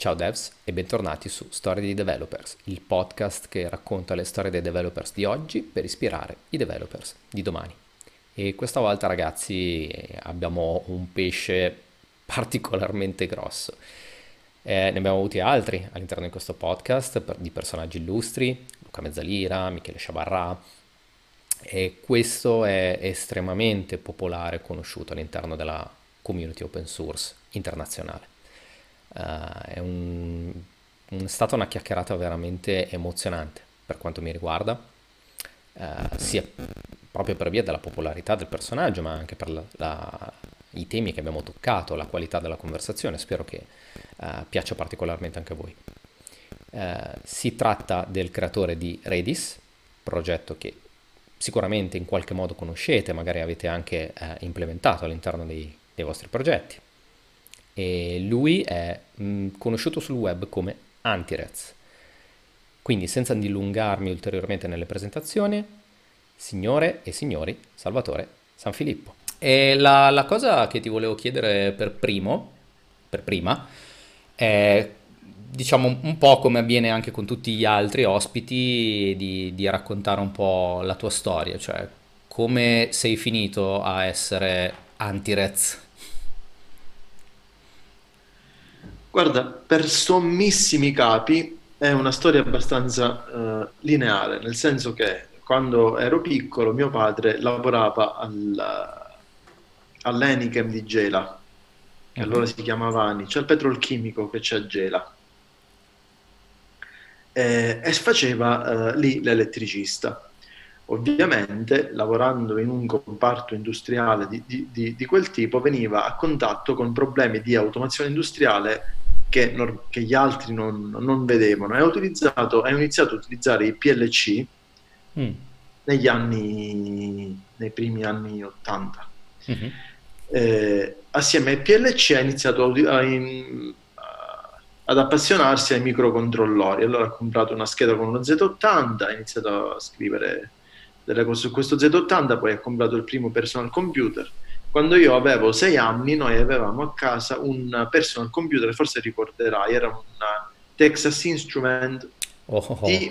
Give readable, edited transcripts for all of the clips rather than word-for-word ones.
Ciao devs e bentornati su Storie di Developers, il podcast che racconta le storie dei developers di oggi per ispirare i developers di domani. E questa volta ragazzi abbiamo un pesce particolarmente grosso. Ne abbiamo avuti altri all'interno di questo podcast di personaggi illustri, Luca Mezzalira, Michele Sciabarrà, e questo è estremamente popolare e conosciuto all'interno della community open source internazionale. È stata una chiacchierata veramente emozionante per quanto mi riguarda, sia proprio per via della popolarità del personaggio, ma anche per i temi che abbiamo toccato, la qualità della conversazione. Spero che piaccia particolarmente anche a voi. Si tratta del creatore di Redis, progetto che sicuramente in qualche modo conoscete, magari avete anche implementato all'interno dei vostri progetti. E lui è conosciuto sul web come Antirez. Quindi, senza dilungarmi ulteriormente nelle presentazioni, signore e signori, Salvatore Sanfilippo. E la cosa che ti volevo chiedere per prima, è, diciamo, un po' come avviene anche con tutti gli altri ospiti, di raccontare un po' la tua storia, cioè come sei finito a essere Antirez. Guarda, per sommissimi capi è una storia abbastanza lineare, nel senso che quando ero piccolo mio padre lavorava all'Enichem di Gela, che allora si chiamava ANI, c'è il petrolchimico che c'è a Gela, e faceva lì l'elettricista. Ovviamente, lavorando in un comparto industriale di quel tipo, veniva a contatto con problemi di automazione industriale che gli altri non vedevano. Ha iniziato a utilizzare i PLC Mm, nei primi anni 80. mhm. Assieme ai PLC ha iniziato ad appassionarsi ai microcontrollori. Allora ha comprato una scheda con uno Z80, ha iniziato a scrivere delle cose su questo Z80, poi ha comprato il primo personal computer. Quando io avevo 6 anni, noi avevamo a casa un personal computer, forse ricorderai, era un Texas Instrument Oh, oh, oh.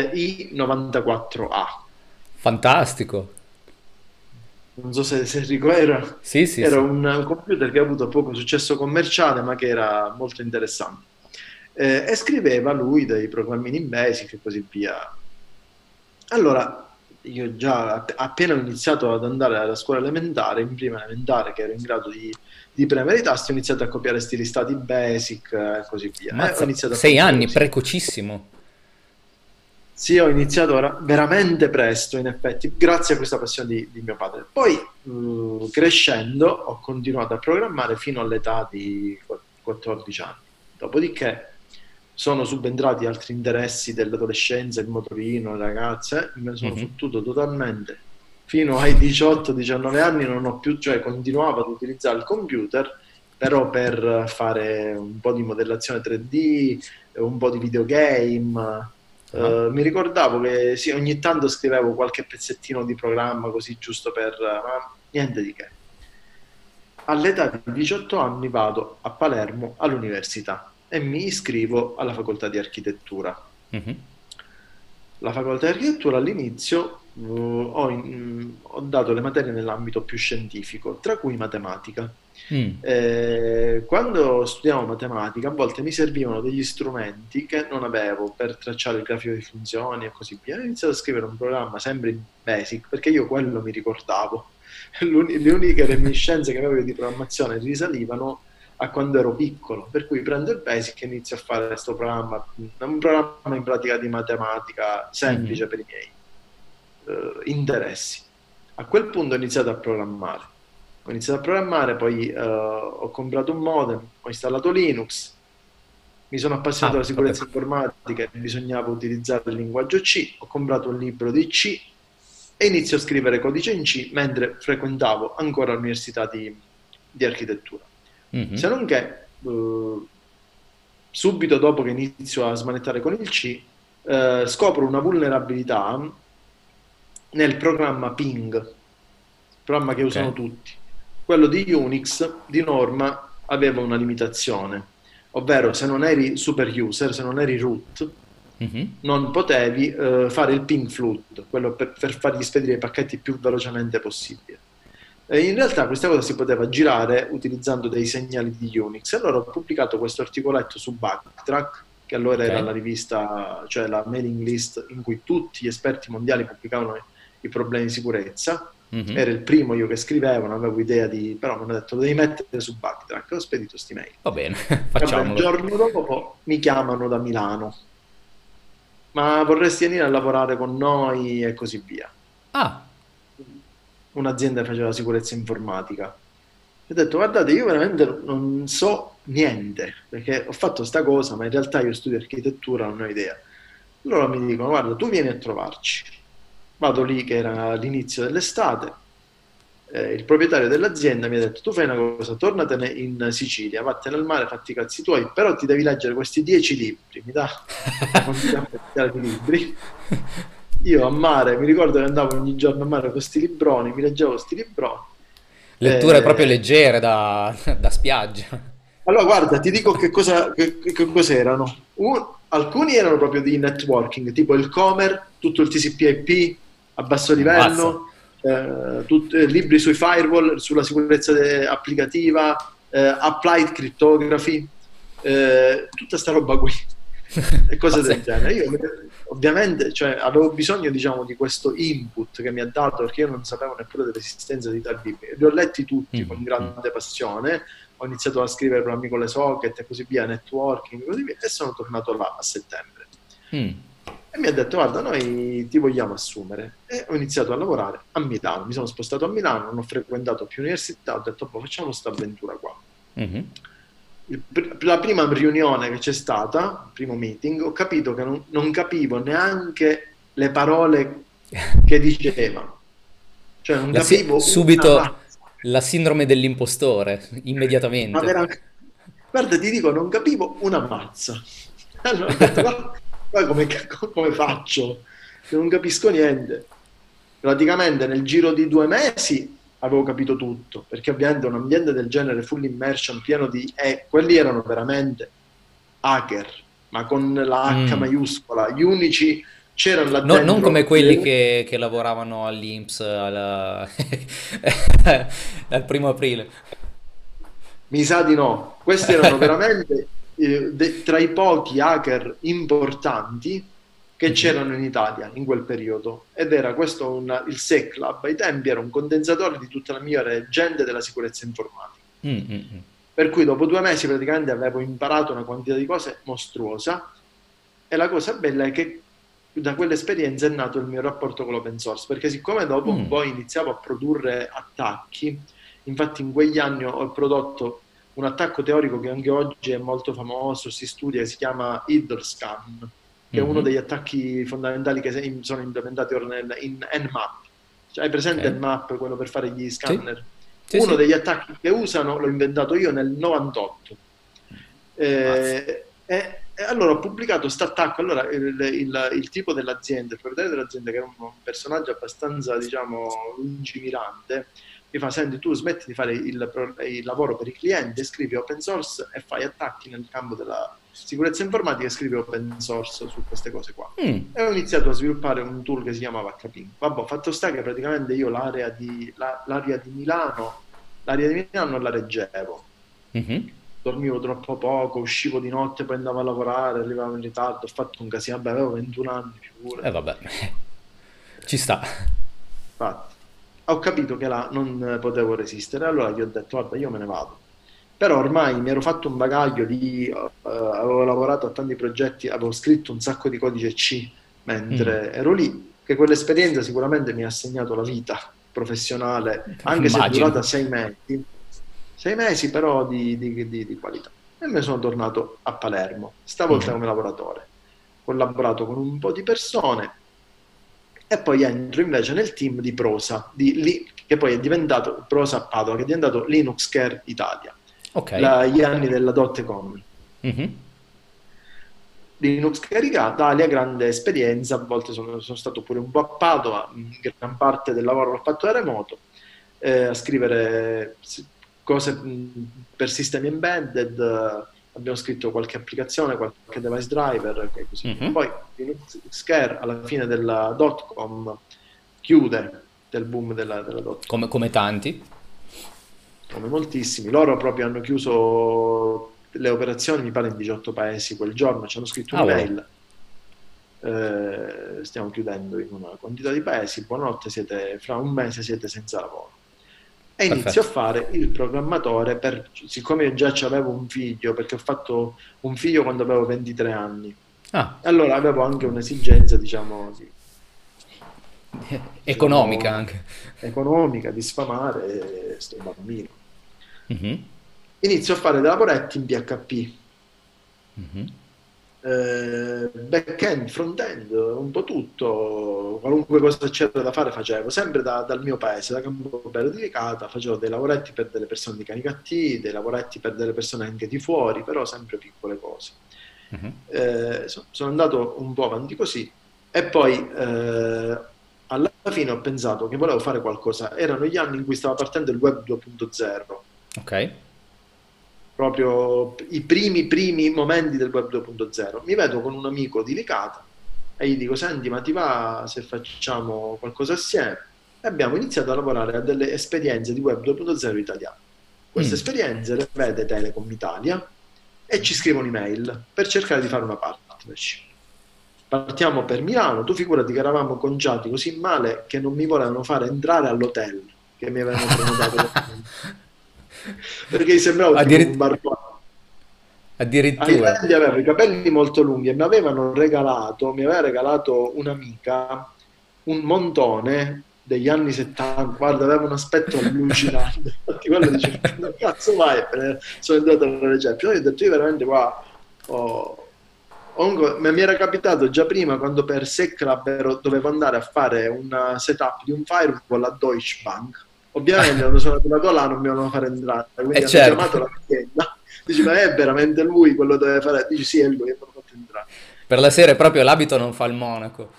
I94A. Fantastico. Non so se Rico era, Sì, sì, era sì. un computer che ha avuto poco successo commerciale, ma che era molto interessante. E scriveva lui dei programmini in Basic e così via. Allora, io già appena ho iniziato ad andare alla scuola elementare, in prima elementare, che ero in grado di premere i tasti, ho iniziato a copiare stilistati Basic e così via. E ho Mazza, iniziato a fare 6 anni, così. precocissimo. Sì, ho iniziato veramente presto, in effetti, grazie a questa passione di mio padre. Poi, crescendo, ho continuato a programmare fino all'età di 14 anni. Dopodiché sono subentrati altri interessi dell'adolescenza, il motorino, le ragazze, me ne sono Mhm. fottuto totalmente. Fino ai 18-19 anni non ho più, cioè continuavo ad utilizzare il computer, però per fare un po' di modellazione 3D, un po' di videogame. Ah, Mi ricordavo che sì, ogni tanto scrivevo qualche pezzettino di programma così giusto ma niente di che. All'età di 18 anni vado a Palermo all'università e mi iscrivo alla facoltà di architettura. mhm. La facoltà di architettura all'inizio ho dato le materie nell'ambito più scientifico, tra cui matematica. Mm. Quando studiavo matematica, a volte mi servivano degli strumenti che non avevo per tracciare il grafico di funzioni e così via. Ho iniziato a scrivere un programma sempre in Basic perché io quello mi ricordavo. Le uniche reminiscenze che avevo di programmazione risalivano a quando ero piccolo, per cui prendo il Basic e inizio a fare questo programma, un programma in pratica di matematica Mhm. semplice per i miei interessi. A quel punto ho iniziato a programmare. Ho iniziato a programmare, poi ho comprato un modem, ho installato Linux, mi sono appassionato Ah, alla ok. sicurezza informatica e bisognava utilizzare il linguaggio C, ho comprato un libro di C e inizio a scrivere codice in C mentre frequentavo ancora l'università di architettura. Mhm. Se non che subito dopo che inizio a smanettare con il C, scopro una vulnerabilità nel programma Ping, programma che Ok. usano tutti. Quello di Unix, di norma, aveva una limitazione. ovvero se non eri super user, se non eri root, Mhm. non potevi fare il ping flood, quello per fargli spedire i pacchetti più velocemente possibile. E in realtà questa cosa si poteva girare utilizzando dei segnali di Unix. Allora ho pubblicato questo articoletto su Backtrack, che allora Ok. era la rivista, cioè la mailing list in cui tutti gli esperti mondiali pubblicavano i problemi di sicurezza. Mhm. Era il primo io che scrivevo, non avevo idea di... però mi hanno detto lo devi mettere su Backtrack. Ho spedito sti mail. Va bene, Vabbè, il facciamolo. giorno dopo mi chiamano da Milano, ma vorresti venire a lavorare con noi e così via. Ah, Un'azienda che faceva sicurezza informatica. E ho detto, guardate, io veramente non so niente, perché ho fatto sta cosa, ma in realtà io studio architettura, non ho idea. Allora mi dicono, guarda, tu vieni a trovarci. Vado lì, che era l'inizio dell'estate, il proprietario dell'azienda mi ha detto, tu fai una cosa, tornatene in Sicilia, vattene al mare, fatti i cazzi tuoi, però ti devi leggere questi 10 libri, mi dà una quantità di libri. Io a mare, mi ricordo che andavo ogni giorno a mare con questi libroni, mi leggevo questi libroni. letture proprio Eh, leggere da spiaggia. allora, guarda, ti dico che cos'erano. Alcuni erano proprio di networking, tipo il Comer, tutto il TCP/IP a basso Ammazza. livello, libri sui firewall, sulla sicurezza applicativa, applied cryptography, tutta sta roba qui e cose del Pazzesco. genere. Io ovviamente, cioè, avevo bisogno, diciamo, di questo input che mi ha dato perché io non sapevo neppure dell'esistenza di tali libri. Li ho letti tutti con Mhm. grande passione, ho iniziato a scrivere programmi con le socket e così via, networking e così via, e sono tornato là a settembre. Mm. E mi ha detto, guarda, noi ti vogliamo assumere. E ho iniziato a lavorare a Milano. Mi sono spostato a Milano, non ho frequentato più università, ho detto, boh, facciamo questa avventura qua. Mhm. La prima riunione che c'è stata, il primo meeting, ho capito che non capivo neanche le parole che dicevano. Cioè non capivo una Subito mazza. la sindrome dell'impostore, Ma immediatamente. guarda, ti dico, non capivo una mazza. Allora ho detto, guarda come faccio? Se non capisco niente. Praticamente nel giro di 2 mesi avevo capito tutto, perché ovviamente un ambiente del genere, full immersion, pieno di... quelli erano veramente hacker, ma con la H Mm. maiuscola. Gli unici c'erano là Non come dentro quelli che lavoravano all'Inps al primo aprile. mi sa di no. Questi erano veramente tra i pochi hacker importanti che Mhm. c'erano in Italia in quel periodo. Ed era questo il SecLab. Ai tempi era un condensatore di tutta la mia gente della sicurezza informatica. Mm, mm, mm. Per cui dopo 2 mesi praticamente avevo imparato una quantità di cose mostruosa e la cosa bella è che da quell'esperienza è nato il mio rapporto con l'open source, perché siccome dopo un Mm. po' iniziavo a produrre attacchi, infatti in quegli anni ho prodotto un attacco teorico che anche oggi è molto famoso, si studia, si chiama Idle Scan, che è uno Mhm. degli attacchi fondamentali che sono implementati ora in Nmap. Cioè, hai Ok. presente Nmap, quello per fare gli Sì, scanner? sì, Uno sì. degli attacchi che usano l'ho inventato io nel 98. Mazza. E allora ho pubblicato questo attacco. Allora il tipo dell'azienda, il proprietario dell'azienda, che era un personaggio abbastanza, diciamo, lungimirante, mi fa: Senti, tu smetti di fare il lavoro per i clienti e scrivi open source e fai attacchi nel campo della sicurezza informatica e scrivi open source su queste cose qua. Mm. E ho iniziato a sviluppare un tool che si chiamava HPing. Vabbè, fatto sta che praticamente io l'area di Milano, non la reggevo. Mhm. Dormivo troppo poco, uscivo di notte, poi andavo a lavorare, arrivavo in ritardo, ho fatto un casino, vabbè, avevo 21 anni, E figurati. vabbè, ci sta. Infatti, ho capito che là non potevo resistere, allora gli ho detto, guarda, io me ne vado. Però ormai mi ero fatto un bagaglio di, avevo lavorato a tanti progetti, avevo scritto un sacco di codice C Mm. mentre ero lì, che quell'esperienza sicuramente mi ha segnato la vita professionale, anche se è durata Immagino. 6 mesi, 6 mesi però di qualità. E me ne sono tornato a Palermo, stavolta Mhm. come lavoratore. Ho collaborato con un po' di persone e poi entro invece nel team di Prosa, che poi è diventato Prosa Padova, che è diventato Linux Care Italia, Ok. gli anni della .com. Mhm. Linux Carica Italia, grande esperienza, a volte sono stato pure un po' a Padova, gran parte del lavoro l'ho fatto da remoto, a scrivere cose per sistemi embedded, abbiamo scritto qualche applicazione, qualche device driver e così via. Mhm. Poi Linux Scare alla fine della dot-com chiude del boom della dot-com, Come tanti. come moltissimi. Loro proprio hanno chiuso le operazioni, mi pare, in 18 paesi quel giorno, ci hanno scritto Cavolo. un'email, stiamo chiudendo in una quantità di paesi, buonanotte, fra un mese siete senza lavoro. E inizio a Perfetto. fare il programmatore, siccome io già avevo un figlio, perché ho fatto un figlio quando avevo 23 anni, Ah, e allora avevo anche un'esigenza, diciamo, economica diciamo, anche. economica di sfamare sto bambino. Mhm. Inizio a fare dei lavoretti in PHP, Mhm. back-end, front-end, un po' tutto, qualunque cosa c'era da fare facevo, sempre dal mio paese, da Campobello di Licata, facevo dei lavoretti per delle persone di Canicattì, dei lavoretti per delle persone anche di fuori, però sempre piccole cose. Mhm. Sono andato un po' avanti così e poi alla fine ho pensato che volevo fare qualcosa. Erano gli anni in cui stava partendo il web 2.0, Ok. proprio i primi momenti del web 2.0. Mi vedo con un amico di Licata e gli dico: Senti, ma ti va se facciamo qualcosa assieme? E abbiamo iniziato a lavorare a delle esperienze di web 2.0 italiane. Queste Mm. esperienze le vede Telecom Italia e ci scrivono email per cercare di fare una partnership. Partiamo per Milano, tu figurati che eravamo conciati così male che non mi volevano fare entrare all'hotel che mi avevano prenotato perché mi sembravo tipo un Addirit- barbone. Ai addirittura. tempi avevo i capelli molto lunghi e mi aveva regalato un'amica un montone degli anni 70, guarda, aveva un aspetto allucinante. Infatti quello dice, ma che cazzo vai? Sono entrato alla reception, io ho detto, io veramente qua, ho- mi era capitato già prima quando per SecClub dovevo andare a fare un setup di un firewall a Deutsche Bank. Ovviamente quando sono arrivato là non mi volevano fare entrare, E quindi hanno certo, chiamato l'azienda. Dici, ma è veramente lui quello che deve fare? Dici, sì, è lui, e mi hanno fatto entrare. per la sera proprio l'abito non fa il monaco.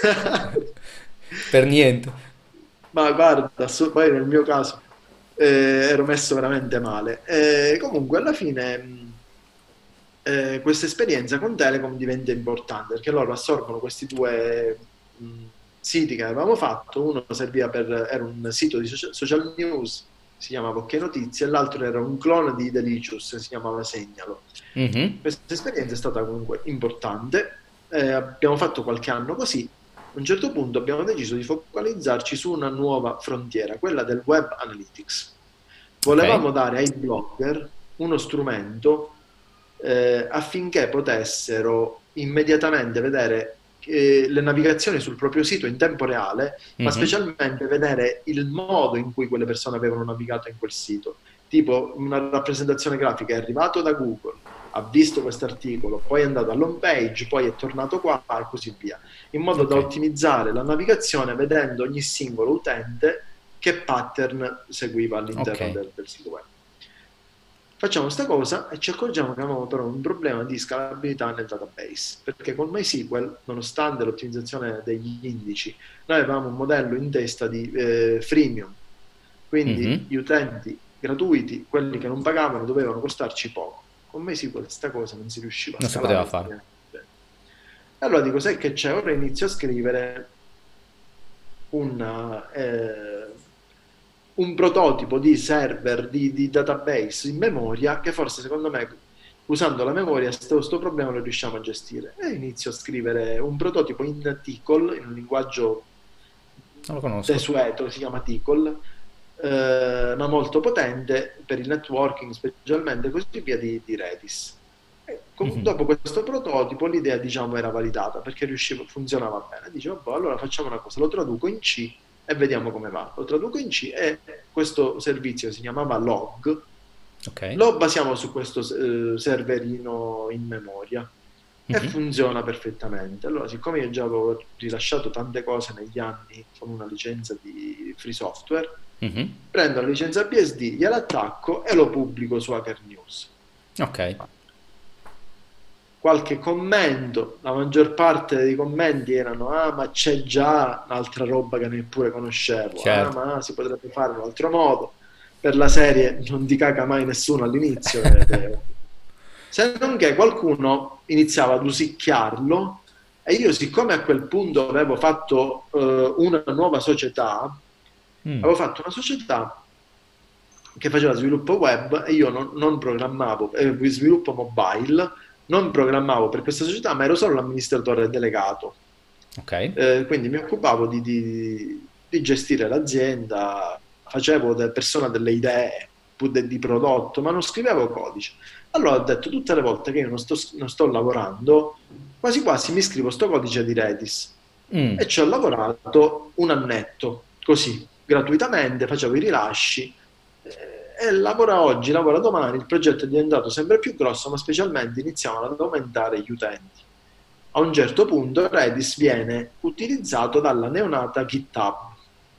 Per niente. Ma guarda, poi nel mio caso ero messo veramente male. Comunque, alla fine, questa esperienza con Telecom diventa importante perché loro assorbono questi due siti che avevamo fatto. Uno era un sito di social news, si chiamava Ok Notizie, e l'altro era un clone di Delicious, si chiamava Segnalo. Mhm. Questa esperienza è stata comunque importante, abbiamo fatto qualche anno così. A un certo punto abbiamo deciso di focalizzarci su una nuova frontiera, quella del web analytics. Ok. Volevamo dare ai blogger uno strumento affinché potessero immediatamente vedere le navigazioni sul proprio sito in tempo reale, ma Mhm. specialmente vedere il modo in cui quelle persone avevano navigato in quel sito. Tipo una rappresentazione grafica è arrivato da Google, ha visto questo articolo, poi è andato all'home page, poi è tornato qua e così via, in modo da Ok. ottimizzare la navigazione vedendo ogni singolo utente che pattern seguiva Ok. all'interno del sito web. Facciamo questa cosa e ci accorgiamo che avevamo però un problema di scalabilità nel database, perché con MySQL, nonostante l'ottimizzazione degli indici, noi avevamo un modello in testa di freemium, quindi Mhm. gli utenti gratuiti, quelli che non pagavano, dovevano costarci poco. Con MySQL questa cosa non si riusciva a Non si poteva scalare. fare. Allora dico, sai che c'è? Ora inizio a scrivere un, un prototipo di server, di database in memoria che forse secondo me usando la memoria questo problema lo riusciamo a gestire. E inizio a scrivere un prototipo in TCL, in un linguaggio Non lo conosco. desueto, si chiama TCL, ma molto potente per il networking, specialmente così via di Redis. Mhm. Dopo questo prototipo l'idea diciamo era validata perché funzionava bene. Dicevo, boh, allora facciamo una cosa, lo traduco in C e vediamo come va. Lo traduco in C e questo servizio si chiamava Log. Ok. Lo basiamo su questo serverino in memoria e Mhm. funziona perfettamente. Allora, siccome io già avevo rilasciato tante cose negli anni con una licenza di free software, Mhm. prendo la licenza BSD, gliela attacco e lo pubblico su Hacker News. Ok. Qualche commento, la maggior parte dei commenti erano ah ma c'è già un'altra roba che neppure conoscevo, ah Certo. ma si potrebbe fare in un altro modo, per la serie non ti caga mai nessuno all'inizio ed è ovvio. Se non che qualcuno iniziava ad usicchiarlo e io, siccome a quel punto avevo fatto una nuova società, Mm, avevo fatto una società che faceva sviluppo web e io non programmavo, sviluppo mobile, non programmavo per questa società, ma ero solo l'amministratore delegato. ok. Quindi mi occupavo di gestire l'azienda, facevo da persona delle idee di prodotto, ma non scrivevo codice. Allora ho detto tutte le volte che io non sto lavorando, quasi quasi mi scrivo sto codice di Redis Mm. e ci ho lavorato un annetto, così, gratuitamente, facevo i rilasci e lavora oggi, lavora domani, il progetto è diventato sempre più grosso, ma specialmente iniziavano ad aumentare gli utenti. A un certo punto Redis viene utilizzato dalla neonata GitHub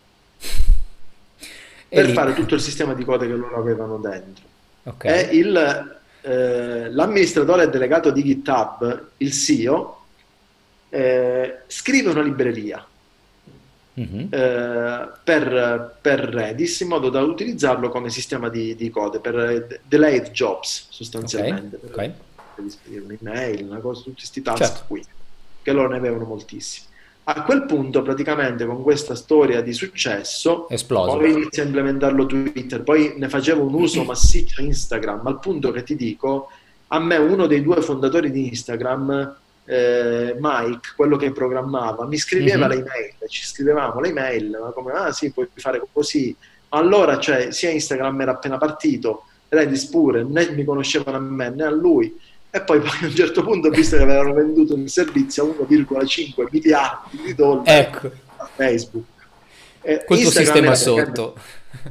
E per lì, fare tutto il sistema di code che loro avevano dentro. ok. E l'amministratore delegato di GitHub, il CEO, scrive una libreria Mhm. per Redis in modo da utilizzarlo come sistema di code per delayed jobs Ok, sostanzialmente, ok. per spedire un'email, una cosa, tutti questi task Certo. qui, che loro ne avevano moltissimi. A quel punto, praticamente, con questa storia di successo, Esploso. poi inizia a implementarlo Twitter, poi ne facevo un uso massiccio Instagram, al punto che ti dico, a me uno dei due fondatori di Instagram, Mike, quello che programmava, mi scriveva le Mhm. email, ci scrivevamo le email, ma come, ah sì, puoi fare così. Ma allora, cioè, sia Instagram era appena partito, Redis pure, né mi conoscevano a me né a lui. E poi a un certo punto ho visto che avevano venduto il servizio a 1,5 miliardi di dollari Ecco, a Facebook. col tuo Instagram sistema era praticamente sotto.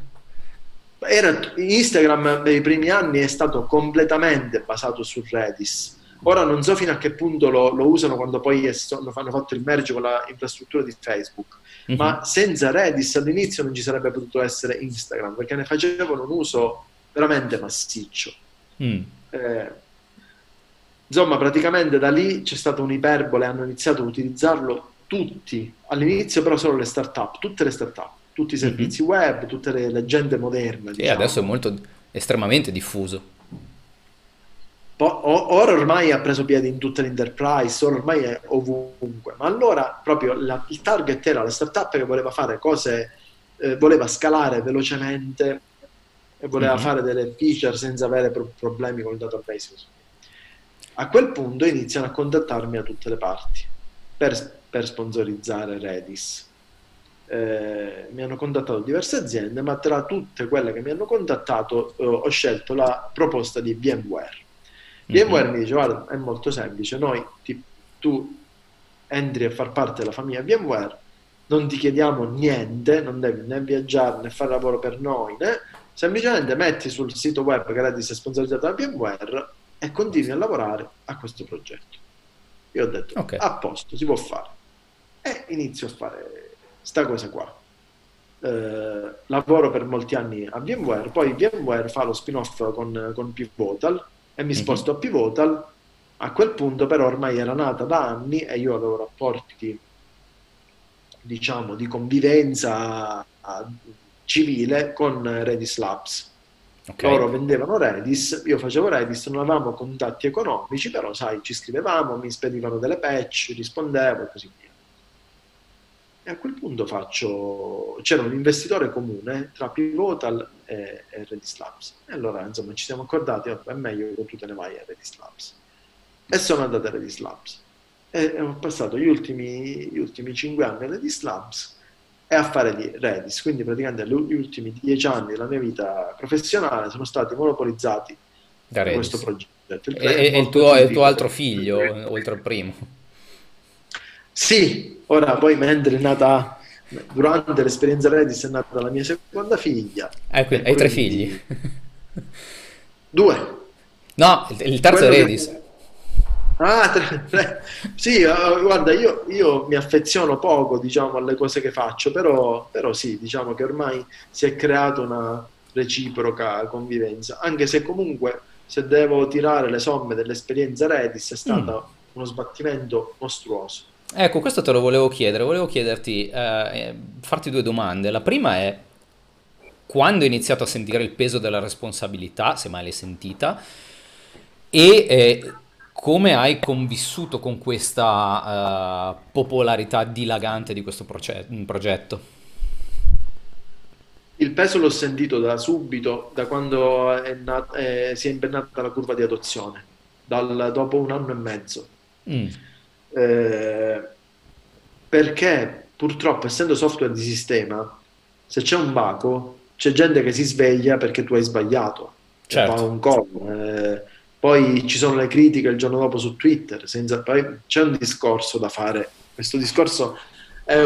Instagram nei primi anni è stato completamente basato su Redis. Ora non so fino a che punto lo usano quando poi hanno fatto il merge con la infrastruttura di Facebook, Mhm. ma senza Redis all'inizio non ci sarebbe potuto essere Instagram perché ne facevano un uso veramente massiccio. Mm. Eh, insomma, praticamente da lì c'è stata un'iperbole, hanno iniziato ad utilizzarlo tutti, all'inizio però solo le start-up, tutte le start-up, tutti i Mhm. servizi web, tutte le gente moderna, E adesso è diciamo. molto estremamente diffuso. Ora ormai ha preso piede in tutte le enterprise, ora ormai è ovunque, ma allora proprio il target era la startup che voleva fare cose, voleva scalare velocemente e voleva Mhm. fare delle feature senza avere problemi con il database. A quel punto iniziano a contattarmi da tutte le parti per sponsorizzare Redis. Mi hanno contattato diverse aziende, ma tra tutte quelle che mi hanno contattato ho scelto la proposta di VMware. Mhm. VMware mi dice: guarda, è molto semplice, tu entri a far parte della famiglia VMware, non ti chiediamo niente, non devi né viaggiare né fare lavoro per noi, né semplicemente metti sul sito web che Redis è sponsorizzato da VMware e continui a lavorare a questo progetto. Io ho detto, Ok. a posto, si può fare. E inizio a fare sta cosa qua. Lavoro per molti anni a VMware, poi VMware fa lo spin-off con Pivotal e mi Mhm. sposto a Pivotal. A quel punto però ormai era nata da anni e io avevo rapporti, diciamo, di convivenza civile con Redis Labs. Ok. Loro vendevano Redis, io facevo Redis, non avevamo contatti economici, però sai, ci scrivevamo, mi spedivano delle patch, rispondevo e così via. E a quel punto c'era un investitore comune tra Pivotal e Redis Labs. E allora, insomma, ci siamo accordati, "Oh, è meglio che tu te ne vai a Redis Labs." E sono andato a Redis Labs. E ho passato gli ultimi 5 anni a Redis Labs e a fare di Redis. Quindi praticamente gli ultimi 10 anni della mia vita professionale sono stati monopolizzati Da da questo Redis. progetto. E, È e il molto tuo, e il tuo tipico. altro figlio, oltre al primo. Sì, ora poi mentre è nata, durante l'esperienza Redis è nata la mia seconda figlia e Hai tre figli? quindi due. No, il terzo è Quello che... Redis. Ah, sì, guarda, io mi affeziono poco, diciamo, alle cose che faccio, però sì, diciamo che ormai si è creata una reciproca convivenza, anche se comunque se devo tirare le somme dell'esperienza Redis è stato uno sbattimento mostruoso. Ecco, questo te lo volevo chiedere. Volevo chiederti, farti due domande. La prima è quando hai iniziato a sentire il peso della responsabilità, se mai l'hai sentita, E come hai convissuto con questa popolarità dilagante di questo progetto? Il peso l'ho sentito da subito, da quando si è impennata la curva di adozione, dopo un anno e mezzo. Mm, Eh, perché purtroppo, essendo software di sistema, se c'è un baco, c'è gente che si sveglia perché tu hai sbagliato e va a certo. un call. Poi ci sono le critiche il giorno dopo su Twitter, poi c'è un discorso da fare. Questo discorso è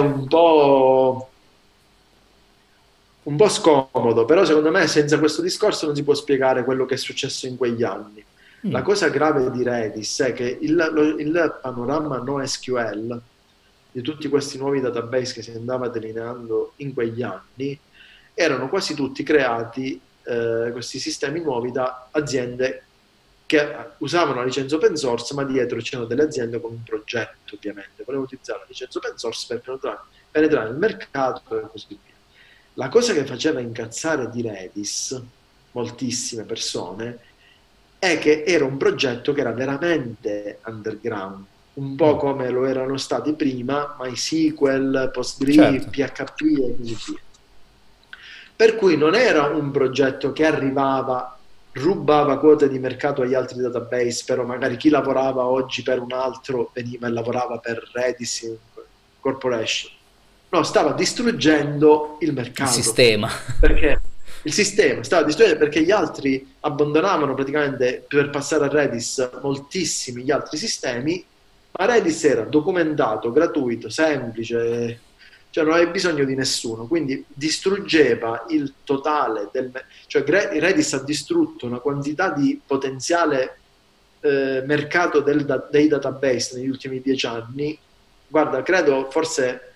un po' scomodo, però secondo me senza questo discorso non si può spiegare quello che è successo in quegli anni. La Mm, cosa grave di Redis è che il panorama NoSQL di tutti questi nuovi database che si andava delineando in quegli anni erano quasi tutti creati, questi sistemi nuovi, da aziende che usavano la licenza open source, ma dietro c'erano delle aziende con un progetto, ovviamente. Volevano utilizzare la licenza open source per penetrare il mercato e così via. La cosa che faceva incazzare di Redis moltissime persone è che era un progetto che era veramente underground, un po' mm, come lo erano stati prima MySQL, PostgreSQL, certo. PHP e così via. Per cui non era un progetto che arrivava, rubava quote di mercato agli altri database, però magari chi lavorava oggi per un altro veniva e lavorava per Redis Corporation. No, stava distruggendo il Il mercato, sistema. perché il sistema stava distruggendo perché gli altri abbandonavano praticamente per passare a Redis moltissimi gli altri sistemi, ma Redis era documentato, gratuito, semplice, cioè non avevi bisogno di nessuno, quindi distruggeva il totale cioè Redis ha distrutto una quantità di potenziale mercato dei database negli ultimi 10 anni. Guarda, credo forse,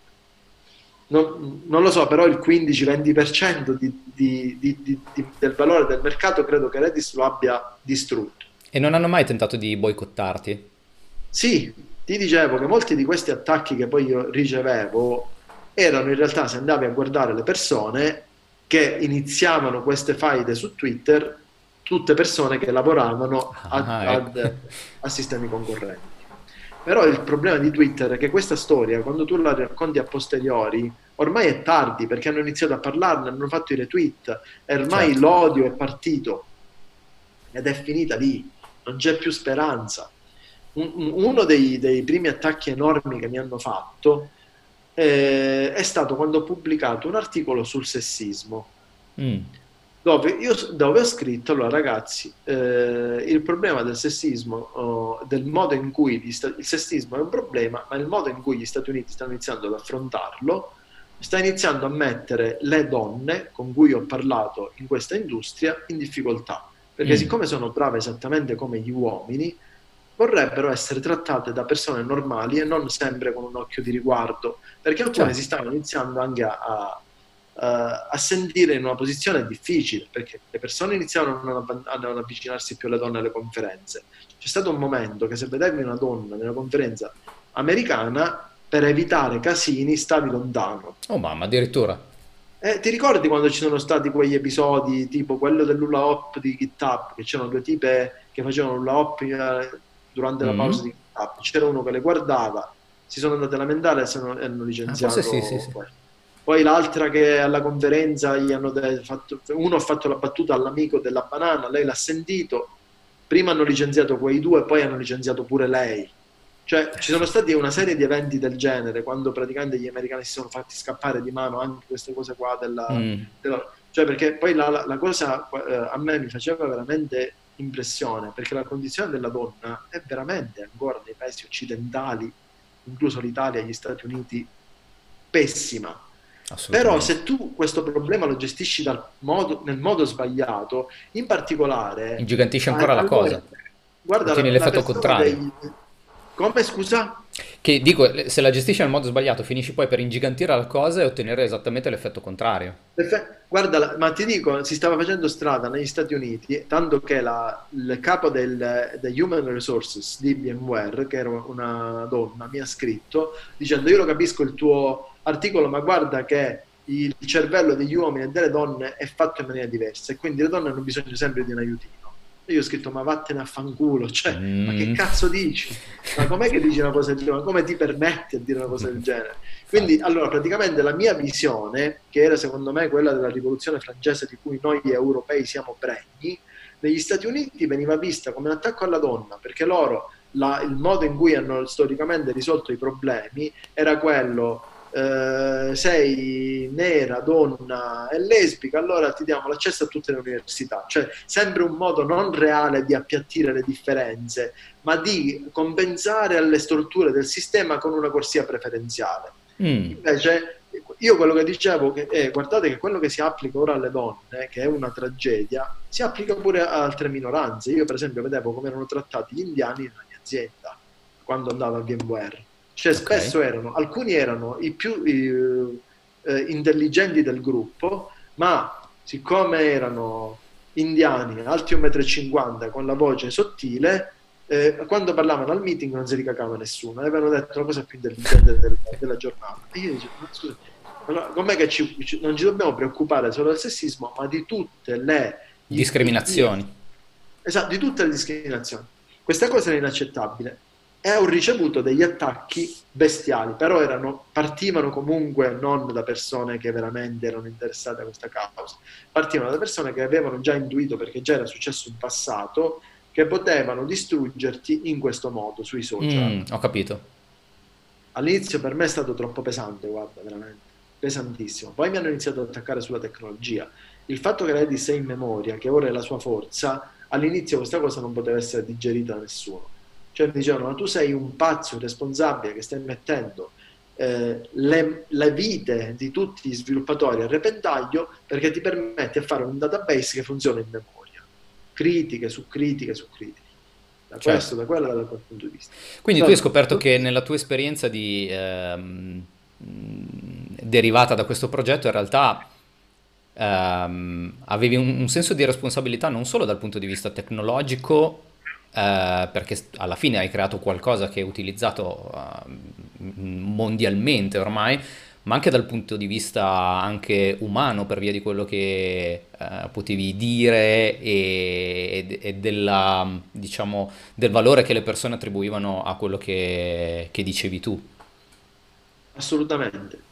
non lo so, però il 15-20% del valore del mercato credo che Redis lo abbia distrutto. E non hanno mai tentato di boicottarti? Sì, ti dicevo che molti di questi attacchi che poi io ricevevo erano in realtà, se andavi a guardare le persone che iniziavano queste faide su Twitter, tutte persone che lavoravano Ah, ecco. a sistemi concorrenti. Però il problema di Twitter è che questa storia, quando tu la racconti a posteriori, ormai è tardi perché hanno iniziato a parlarne, hanno fatto i retweet e ormai Certo. l'odio è partito ed è finita lì, non c'è più speranza. Uno dei primi attacchi enormi che mi hanno fatto è stato quando ho pubblicato un articolo sul sessismo, Mm, dove ho scritto: allora ragazzi, il problema del sessismo, del modo in cui il sessismo è un problema, ma il modo in cui gli Stati Uniti stanno iniziando ad affrontarlo sta iniziando a mettere le donne con cui ho parlato in questa industria in difficoltà, perché mm, siccome sono brave esattamente come gli uomini, vorrebbero essere trattate da persone normali e non sempre con un occhio di riguardo, perché alcune certo. si stanno iniziando anche a sentire in una posizione difficile, perché le persone iniziarono a non avvicinarsi più alle donne alle conferenze. C'è stato un momento che se vedevi una donna nella conferenza americana, per evitare casini stavi lontano. Oh mamma, addirittura. Ti ricordi quando ci sono stati quegli episodi, tipo quello dell'hula hop di GitHub, che c'erano due tipe che facevano l'hula hop durante la pausa Mm? di GitHub? C'era uno che le guardava, si sono andate a lamentare e hanno Ah, forse sì, sì, licenziato sì. questo. Poi l'altra che alla conferenza fatto, uno ha fatto la battuta all'amico della banana, lei l'ha sentito, prima hanno licenziato quei due, poi hanno licenziato pure lei. Cioè, ci sono stati una serie di eventi del genere, quando praticamente gli americani si sono fatti scappare di mano anche queste cose qua Mm, cioè, perché poi la cosa a me mi faceva veramente impressione, perché la condizione della donna è veramente ancora nei paesi occidentali, incluso l'Italia e gli Stati Uniti, pessima. Però assolutamente. se tu questo problema lo gestisci nel modo sbagliato, in particolare, Ingigantisce ancora la allora, cosa. guarda, Ottieni la l'effetto persona contrario. dei... Come, scusa? Che dico, se la gestisci nel modo sbagliato, finisci poi per ingigantire la cosa e ottenere esattamente l'effetto contrario. Guarda, ma ti dico, si stava facendo strada negli Stati Uniti, tanto che il capo degli Human Resources di VMware, che era una donna, mi ha scritto dicendo: io lo capisco il tuo articolo, ma guarda che il cervello degli uomini e delle donne è fatto in maniera diversa e quindi le donne hanno bisogno sempre di un aiutino. E io ho scritto, ma vattene a fanculo, cioè, ma che Mm. cazzo dici? Ma com'è che dici una cosa del genere? Ma come ti permetti a dire una cosa del genere? Quindi, Infatti. allora, praticamente la mia visione, che era secondo me quella della rivoluzione francese di cui noi europei siamo pregni, negli Stati Uniti veniva vista come un attacco alla donna, perché loro, il modo in cui hanno storicamente risolto i problemi era quello, sei nera, donna e lesbica, allora ti diamo l'accesso a tutte le università. Cioè, sempre un modo non reale di appiattire le differenze, ma di compensare alle strutture del sistema con una corsia preferenziale. Mm. Invece, io quello che dicevo è, guardate che quello che si applica ora alle donne, che è una tragedia, si applica pure a altre minoranze. Io, per esempio, vedevo come erano trattati gli indiani nella mia azienda quando andavo a VMware. Cioè, Ok. spesso alcuni erano i più intelligenti del gruppo, ma siccome erano indiani, alti 1,50 m, con la voce sottile, quando parlavano al meeting non si ricacava nessuno, avevano detto la cosa più intelligente della giornata. E io dicevo, ma scusa, allora, com'è che non ci dobbiamo preoccupare solo del sessismo, ma di tutte le ingiustizie, Discriminazioni. esatto, di tutte le discriminazioni. Questa cosa è inaccettabile. E ho ricevuto degli attacchi bestiali, però partivano comunque non da persone che veramente erano interessate a questa causa, partivano da persone che avevano già intuito, perché già era successo in passato, che potevano distruggerti in questo modo sui social. Ho capito. All'inizio per me è stato troppo pesante, guarda, veramente, pesantissimo. Poi mi hanno iniziato ad attaccare sulla tecnologia. Il fatto che Redis è in memoria, che ora è la sua forza, all'inizio questa cosa non poteva essere digerita da nessuno. Cioè mi dicevano, ma tu sei un pazzo irresponsabile che stai mettendo le vite di tutti gli sviluppatori a repentaglio perché ti permette a fare un database che funziona in memoria. Critiche su critiche su critiche. Da Certo. questo, da quello, da quel punto di vista. Quindi tu hai Sono scoperto che tutti nella tua esperienza derivata da questo progetto in realtà avevi un senso di responsabilità non solo dal punto di vista tecnologico, perché alla fine hai creato qualcosa che è utilizzato mondialmente ormai, ma anche dal punto di vista anche umano per via di quello che potevi dire e della, diciamo, del valore che le persone attribuivano a quello che dicevi tu. assolutamente.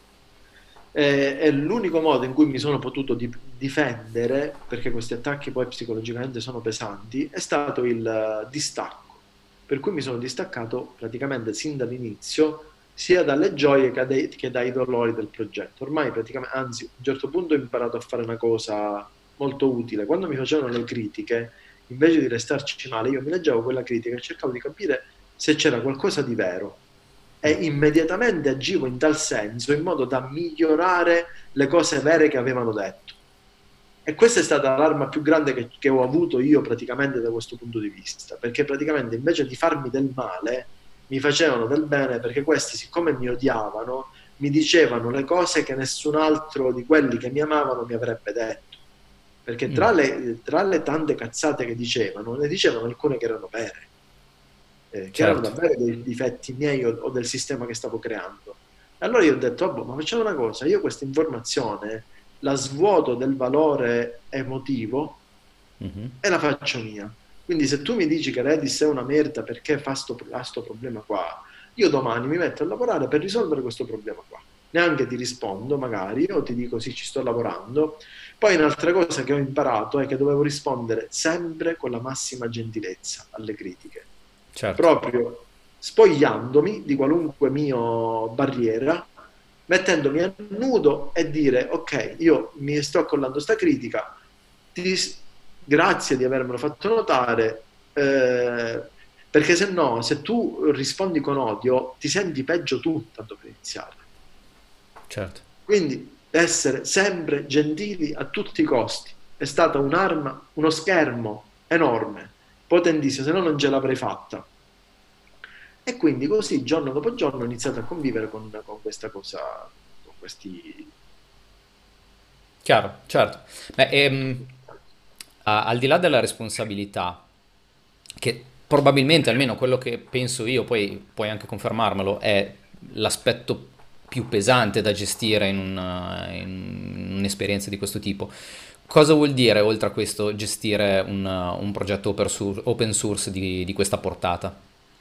È l'unico modo in cui mi sono potuto difendere, perché questi attacchi poi psicologicamente sono pesanti, è stato il distacco. Per cui mi sono distaccato praticamente sin dall'inizio, sia dalle gioie che dai dolori del progetto. Ormai praticamente, anzi, a un certo punto ho imparato a fare una cosa molto utile. Quando mi facevano le critiche, invece di restarci male, io mi leggevo quella critica e cercavo di capire se c'era qualcosa di vero e immediatamente agivo in tal senso in modo da migliorare le cose vere che avevano detto. E questa è stata l'arma più grande che ho avuto io praticamente da questo punto di vista, perché praticamente invece di farmi del male, mi facevano del bene perché questi, siccome mi odiavano, mi dicevano le cose che nessun altro di quelli che mi amavano mi avrebbe detto. Perché tra le tante cazzate che dicevano, ne dicevano alcune che erano vere, che erano Certo. davvero dei difetti miei o del sistema che stavo creando. E allora io ho detto, oh, boh, ma facciamo una cosa, io questa informazione la svuoto del valore emotivo Mhm. e la faccio mia. Quindi se tu mi dici che Redis è una merda perché ha sto problema qua, io domani mi metto a lavorare per risolvere questo problema qua. Neanche ti rispondo magari, o ti dico sì, ci sto lavorando. Poi un'altra cosa che ho imparato è che dovevo rispondere sempre con la massima gentilezza alle critiche, Certo. proprio spogliandomi di qualunque mio barriera, mettendomi a nudo e dire ok, io mi sto accollando sta critica, ti, grazie di avermelo fatto notare, perché se no, se tu rispondi con odio, ti senti peggio tu, tanto per iniziare. Certo. Quindi essere sempre gentili a tutti i costi è stata un'arma, uno schermo enorme, potentissimo, se no non ce l'avrei fatta. E quindi così, giorno dopo giorno, ho iniziato a convivere con questa cosa, con questi... Chiaro, certo. Beh, al di là della responsabilità, che probabilmente, almeno quello che penso io, poi puoi anche confermarmelo, è l'aspetto più pesante da gestire in un'esperienza di questo tipo. Cosa vuol dire, oltre a questo, gestire un progetto open source di questa portata?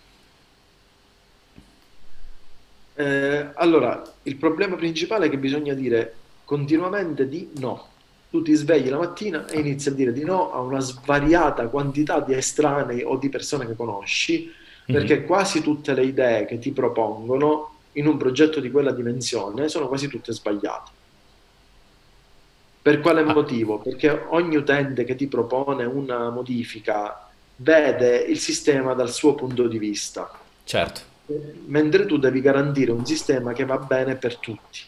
Allora, il problema principale è che bisogna dire continuamente di no. Tu ti svegli la mattina e Ah, inizi a dire di no a una svariata quantità di estranei o di persone che conosci, mhm. perché quasi tutte le idee che ti propongono in un progetto di quella dimensione sono quasi tutte sbagliate. Per quale Ah, motivo? Perché ogni utente che ti propone una modifica vede il sistema dal suo punto di vista, certo. mentre tu devi garantire un sistema che va bene per tutti.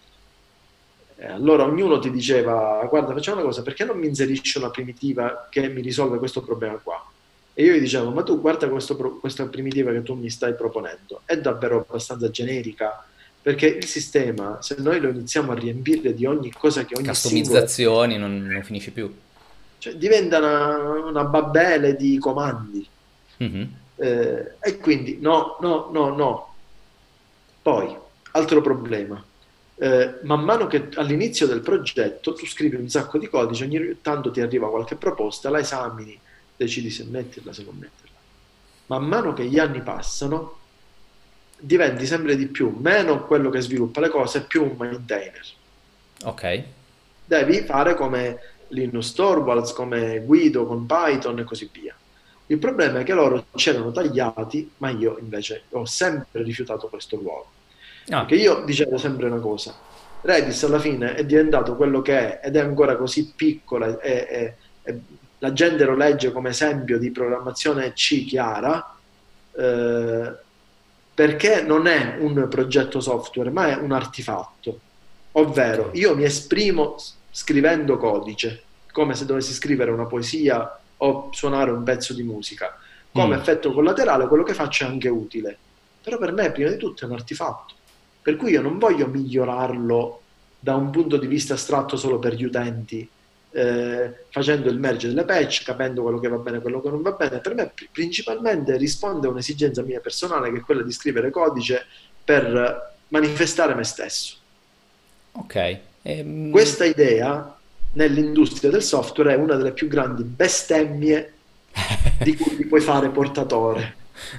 Allora ognuno ti diceva, guarda, facciamo una cosa, perché non mi inserisci una primitiva che mi risolve questo problema qua? E io gli dicevo, ma tu guarda questa primitiva che tu mi stai proponendo, è davvero abbastanza generica, perché il sistema, se noi lo iniziamo a riempire di ogni cosa che ogni singolo, Customizzazioni, non finisce più. cioè diventa una babele di comandi. Mhm. E quindi no, no, no, no. Poi, altro problema. Man mano che all'inizio del progetto tu scrivi un sacco di codice, ogni tanto ti arriva qualche proposta, la esamini, decidi se metterla, se non metterla. Man mano che gli anni passano, diventi sempre di più, meno quello che sviluppa le cose, più un maintainer. Ok. Devi fare come Linus Torvalds, come Guido con Python e così via. Il problema è che loro c'erano tagliati, ma io invece ho sempre rifiutato questo ruolo. Perché Ah, io dicevo sempre una cosa, Redis alla fine è diventato quello che è ed è ancora così piccola e la gente lo legge come esempio di programmazione C chiara, eh, perché non è un progetto software, ma è un artefatto. ok. Ovvero, io mi esprimo scrivendo codice, come se dovessi scrivere una poesia o suonare un pezzo di musica. Come Mm. effetto collaterale, quello che faccio è anche utile. Però per me, prima di tutto, è un artefatto. Per cui io non voglio migliorarlo da un punto di vista astratto solo per gli utenti, facendo il merge delle patch, capendo quello che va bene e quello che non va bene. Per me, principalmente, risponde a un'esigenza mia personale, che è quella di scrivere codice per manifestare me stesso. Ok. Ehm, Questa idea nell'industria del software è una delle più grandi bestemmie di cui ti puoi fare portatore.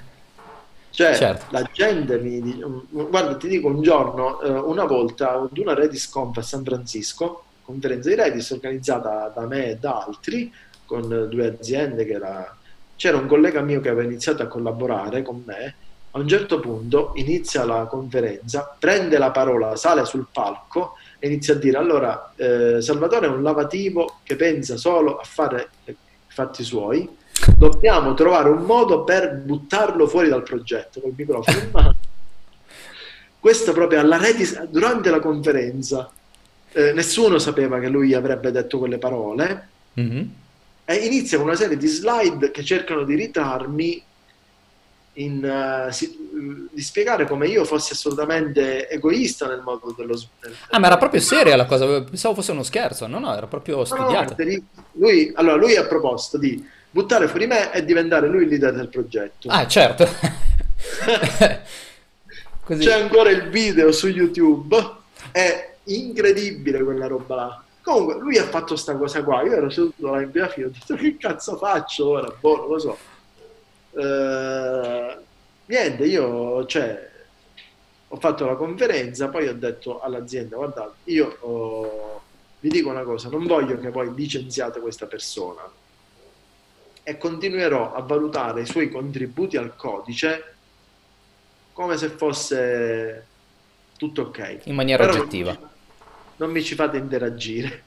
Cioè, certo. la gente mi dice, guarda, ti dico un giorno, una volta ad una Redis Conf a San Francisco, conferenza di Redis organizzata da me e da altri, con due aziende c'era un collega mio che aveva iniziato a collaborare con me. A un certo punto inizia la conferenza, prende la parola, sale sul palco e inizia a dire: allora, Salvatore è un lavativo che pensa solo a fare i fatti suoi, dobbiamo trovare un modo per buttarlo fuori dal progetto col microfono in mano. Questo proprio alla Redis, durante la conferenza. Nessuno sapeva che lui avrebbe detto quelle parole Mhm. e inizia una serie di slide che cercano di ritrarmi di spiegare come io fossi assolutamente egoista nel modo Ah, ma era proprio seria la cosa, pensavo fosse uno scherzo. No, no, era proprio No, no, studiata. allora, lui ha proposto di buttare fuori me e diventare lui il leader del progetto. Ah, certo. C'è Così. ancora il video su YouTube, è incredibile quella roba là. Comunque, lui ha fatto sta cosa qua. Io ero seduto là in prima fila, ho detto che cazzo faccio ora? Boh, non lo so. Niente, io cioè, ho fatto la conferenza, poi ho detto all'azienda, guardate, vi dico una cosa, non voglio che voi licenziate questa persona e continuerò a valutare i suoi contributi al codice come se fosse tutto ok. In maniera Però oggettiva. non mi ci fate interagire.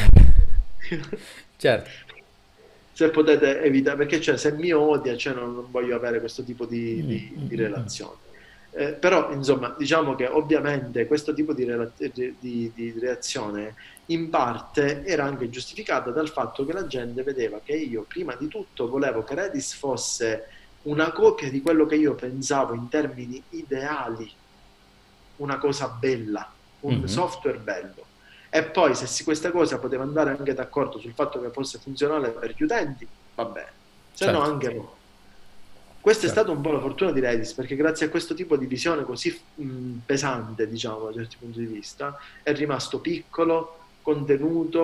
Certo. Se potete evitare, perché cioè, se mi odia, cioè, non voglio avere questo tipo di relazioni. Però, insomma, diciamo che ovviamente questo tipo di reazione in parte era anche giustificata dal fatto che la gente vedeva che io, prima di tutto, volevo che Redis fosse una copia di quello che io pensavo in termini ideali, una cosa bella, un Mhm. software bello. E poi questa cosa poteva andare anche d'accordo sul fatto che fosse funzionale per gli utenti, va bene, se no Certo, anche no. Questa è certo. stata un po' la fortuna di Redis, perché grazie a questo tipo di visione così pesante, diciamo, da certi punti di vista, è rimasto piccolo, contenuto,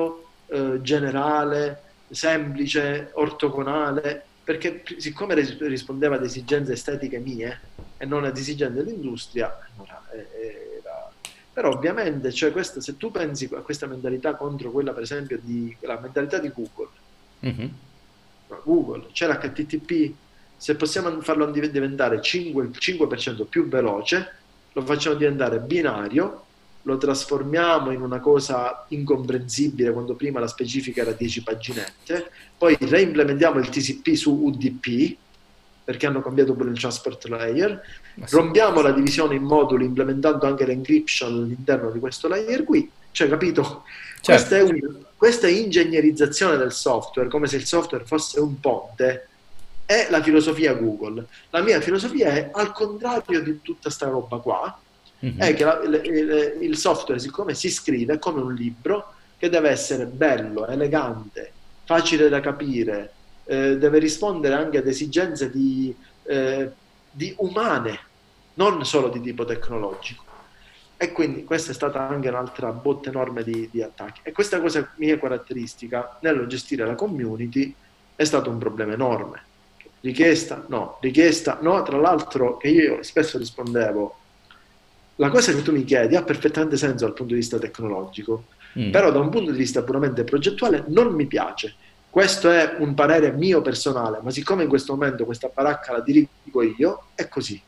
generale, semplice, ortogonale, perché siccome rispondeva ad esigenze estetiche mie e non ad esigenze dell'industria, allora, però ovviamente, cioè, se tu pensi a questa mentalità contro quella, per esempio, la mentalità di Google, Mhm. no, Google, c'è l'HTTP, se possiamo farlo diventare 5, il 5% più veloce, lo facciamo diventare binario, lo trasformiamo in una cosa incomprensibile quando prima la specifica era 10 paginette, poi reimplementiamo il TCP su UDP, perché hanno cambiato pure il transport layer, Ma sì. rompiamo la divisione in moduli implementando anche l'encryption all'interno di questo layer qui, cioè capito? Certo. Questa è ingegnerizzazione del software, come se il software fosse un ponte, è la filosofia Google. La mia filosofia è al contrario di tutta sta roba qua, è Mhm. che il software, siccome si scrive, è come un libro che deve essere bello, elegante, facile da capire, deve rispondere anche ad esigenze di umane, non solo di tipo tecnologico. E quindi questa è stata anche un'altra botta enorme di attacchi. E questa cosa mia caratteristica nello gestire la community è stato un problema enorme. Richiesta, no, richiesta, no. Tra l'altro, che io spesso rispondevo, la cosa che tu mi chiedi ha perfettamente senso dal punto di vista tecnologico, Mm. però da un punto di vista puramente progettuale non mi piace. Questo è un parere mio personale, ma siccome in questo momento questa baracca la dirigo io, è così.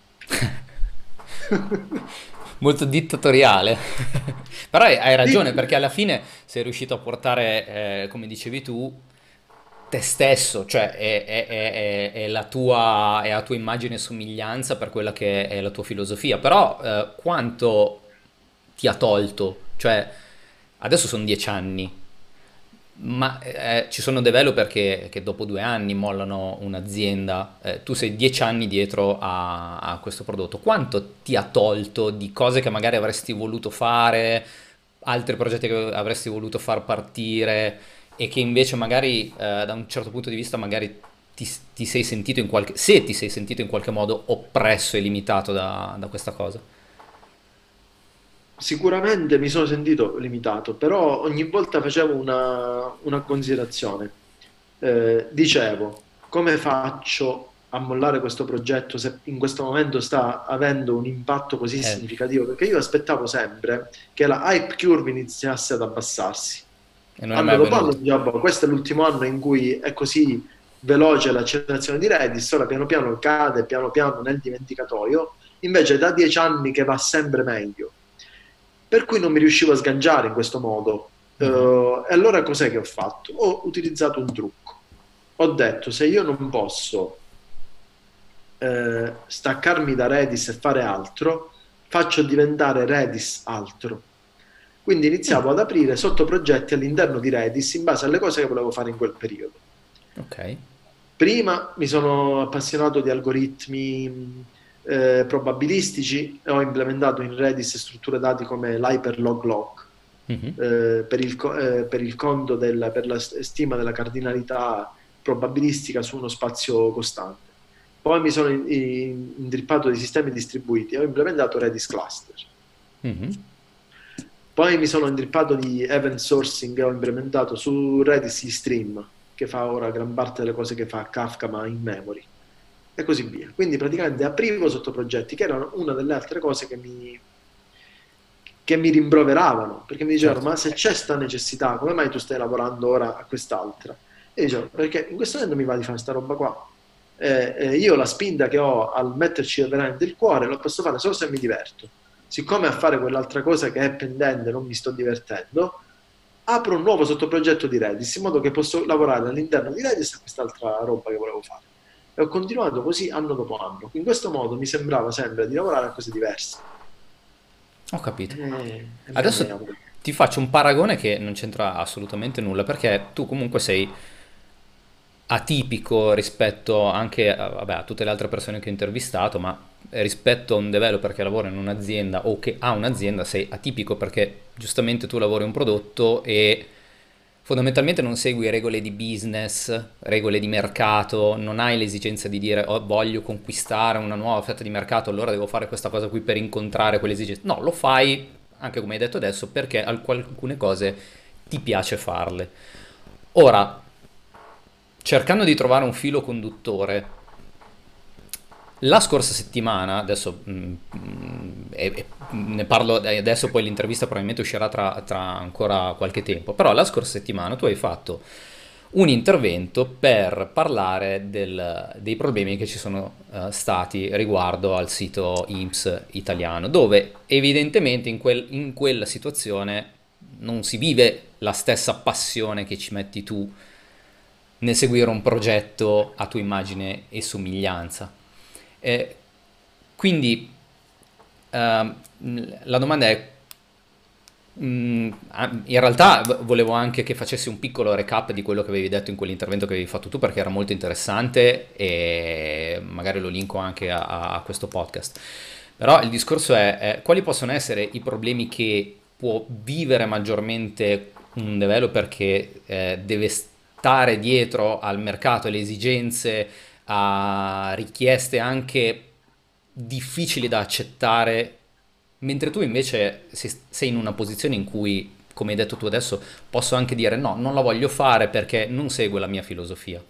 Molto dittatoriale. Però hai ragione, Sì, perché alla fine sei riuscito a portare, come dicevi tu, te stesso, cioè è la tua immagine e somiglianza per quella che è la tua filosofia. Però quanto ti ha tolto? Cioè, adesso sono 10 anni. Ma ci sono developer che dopo 2 anni mollano un'azienda, tu sei 10 anni dietro a questo prodotto, quanto ti ha tolto di cose che magari avresti voluto fare, altri progetti che avresti voluto far partire e che invece magari da un certo punto di vista magari ti sei sentito in qualche, se ti sei sentito in qualche modo oppresso e limitato da questa cosa? sicuramente mi sono sentito limitato, però ogni volta facevo una considerazione. Dicevo, come faccio a mollare questo progetto se in questo momento sta avendo un impatto così Eh, significativo? Perché io aspettavo sempre che la hype curve iniziasse ad abbassarsi. e non è mai Anno dopo avvenuto. anno, dicevo, "Boh, questo è l'ultimo anno in cui è così veloce l'accelerazione di Redis, ora piano piano cade, piano piano nel dimenticatoio, invece da 10 anni che va sempre meglio. Per cui non mi riuscivo a sganciare in questo modo. Mhm. E allora cos'è che ho fatto? Ho utilizzato un trucco. Ho detto, se io non posso staccarmi da Redis e fare altro, faccio diventare Redis altro. Quindi iniziavo ad aprire sottoprogetti all'interno di Redis in base alle cose che volevo fare in quel periodo. Ok. Prima mi sono appassionato di algoritmi probabilistici e ho implementato in Redis strutture dati come l'hyperlog lock Mhm. per il conto per la stima della cardinalità probabilistica su uno spazio costante. Poi mi sono intrippato di sistemi distribuiti e ho implementato Redis Cluster. Mhm. Poi mi sono intrippato di event sourcing e ho implementato su Redis gli stream, che fa ora gran parte delle cose che fa Kafka, ma in memory, e così via. Quindi praticamente aprivo sottoprogetti, che erano una delle altre cose che mi rimproveravano, perché mi dicevano, Certo. ma se c'è questa necessità, come mai tu stai lavorando ora a quest'altra? E io dicevo, perché in questo momento mi va di fare questa roba qua. Io la spinta che ho al metterci veramente il cuore lo posso fare solo se mi diverto. Siccome a fare quell'altra cosa che è pendente non mi sto divertendo, apro un nuovo sottoprogetto di Redis in modo che posso lavorare all'interno di Redis a quest'altra roba che volevo fare. E ho continuato così anno dopo anno. In questo modo mi sembrava sempre di lavorare a cose diverse. Ho capito. E mi Adesso annoiavo. ti faccio un paragone che non c'entra assolutamente nulla, perché tu comunque sei atipico rispetto anche vabbè, a tutte le altre persone che ho intervistato, ma rispetto a un developer che lavora in un'azienda o che ha un'azienda, sei atipico perché giustamente tu lavori un prodotto e fondamentalmente non segui regole di business, regole di mercato, non hai l'esigenza di dire oh, voglio conquistare una nuova fetta di mercato, allora devo fare questa cosa qui per incontrare quelle esigenze. No, lo fai, anche come hai detto adesso, perché alcune cose ti piace farle. Ora, cercando di trovare un filo conduttore, la scorsa settimana, adesso ne parlo adesso, poi l'intervista probabilmente uscirà tra ancora qualche tempo, però la scorsa settimana tu hai fatto un intervento per parlare dei problemi che ci sono stati riguardo al sito INPS italiano, dove evidentemente in quella situazione non si vive la stessa passione che ci metti tu nel seguire un progetto a tua immagine e somiglianza. Eh, quindi ehm, la domanda è, in realtà volevo anche che facessi un piccolo recap di quello che avevi detto in quell'intervento che avevi fatto tu, perché era molto interessante e magari lo linko anche a questo podcast. Però il discorso è quali possono essere i problemi che può vivere maggiormente un developer che deve stare dietro al mercato, alle esigenze, a richieste anche difficili da accettare, mentre tu invece sei in una posizione in cui, come hai detto tu adesso, posso anche dire no, non la voglio fare perché non segue la mia filosofia.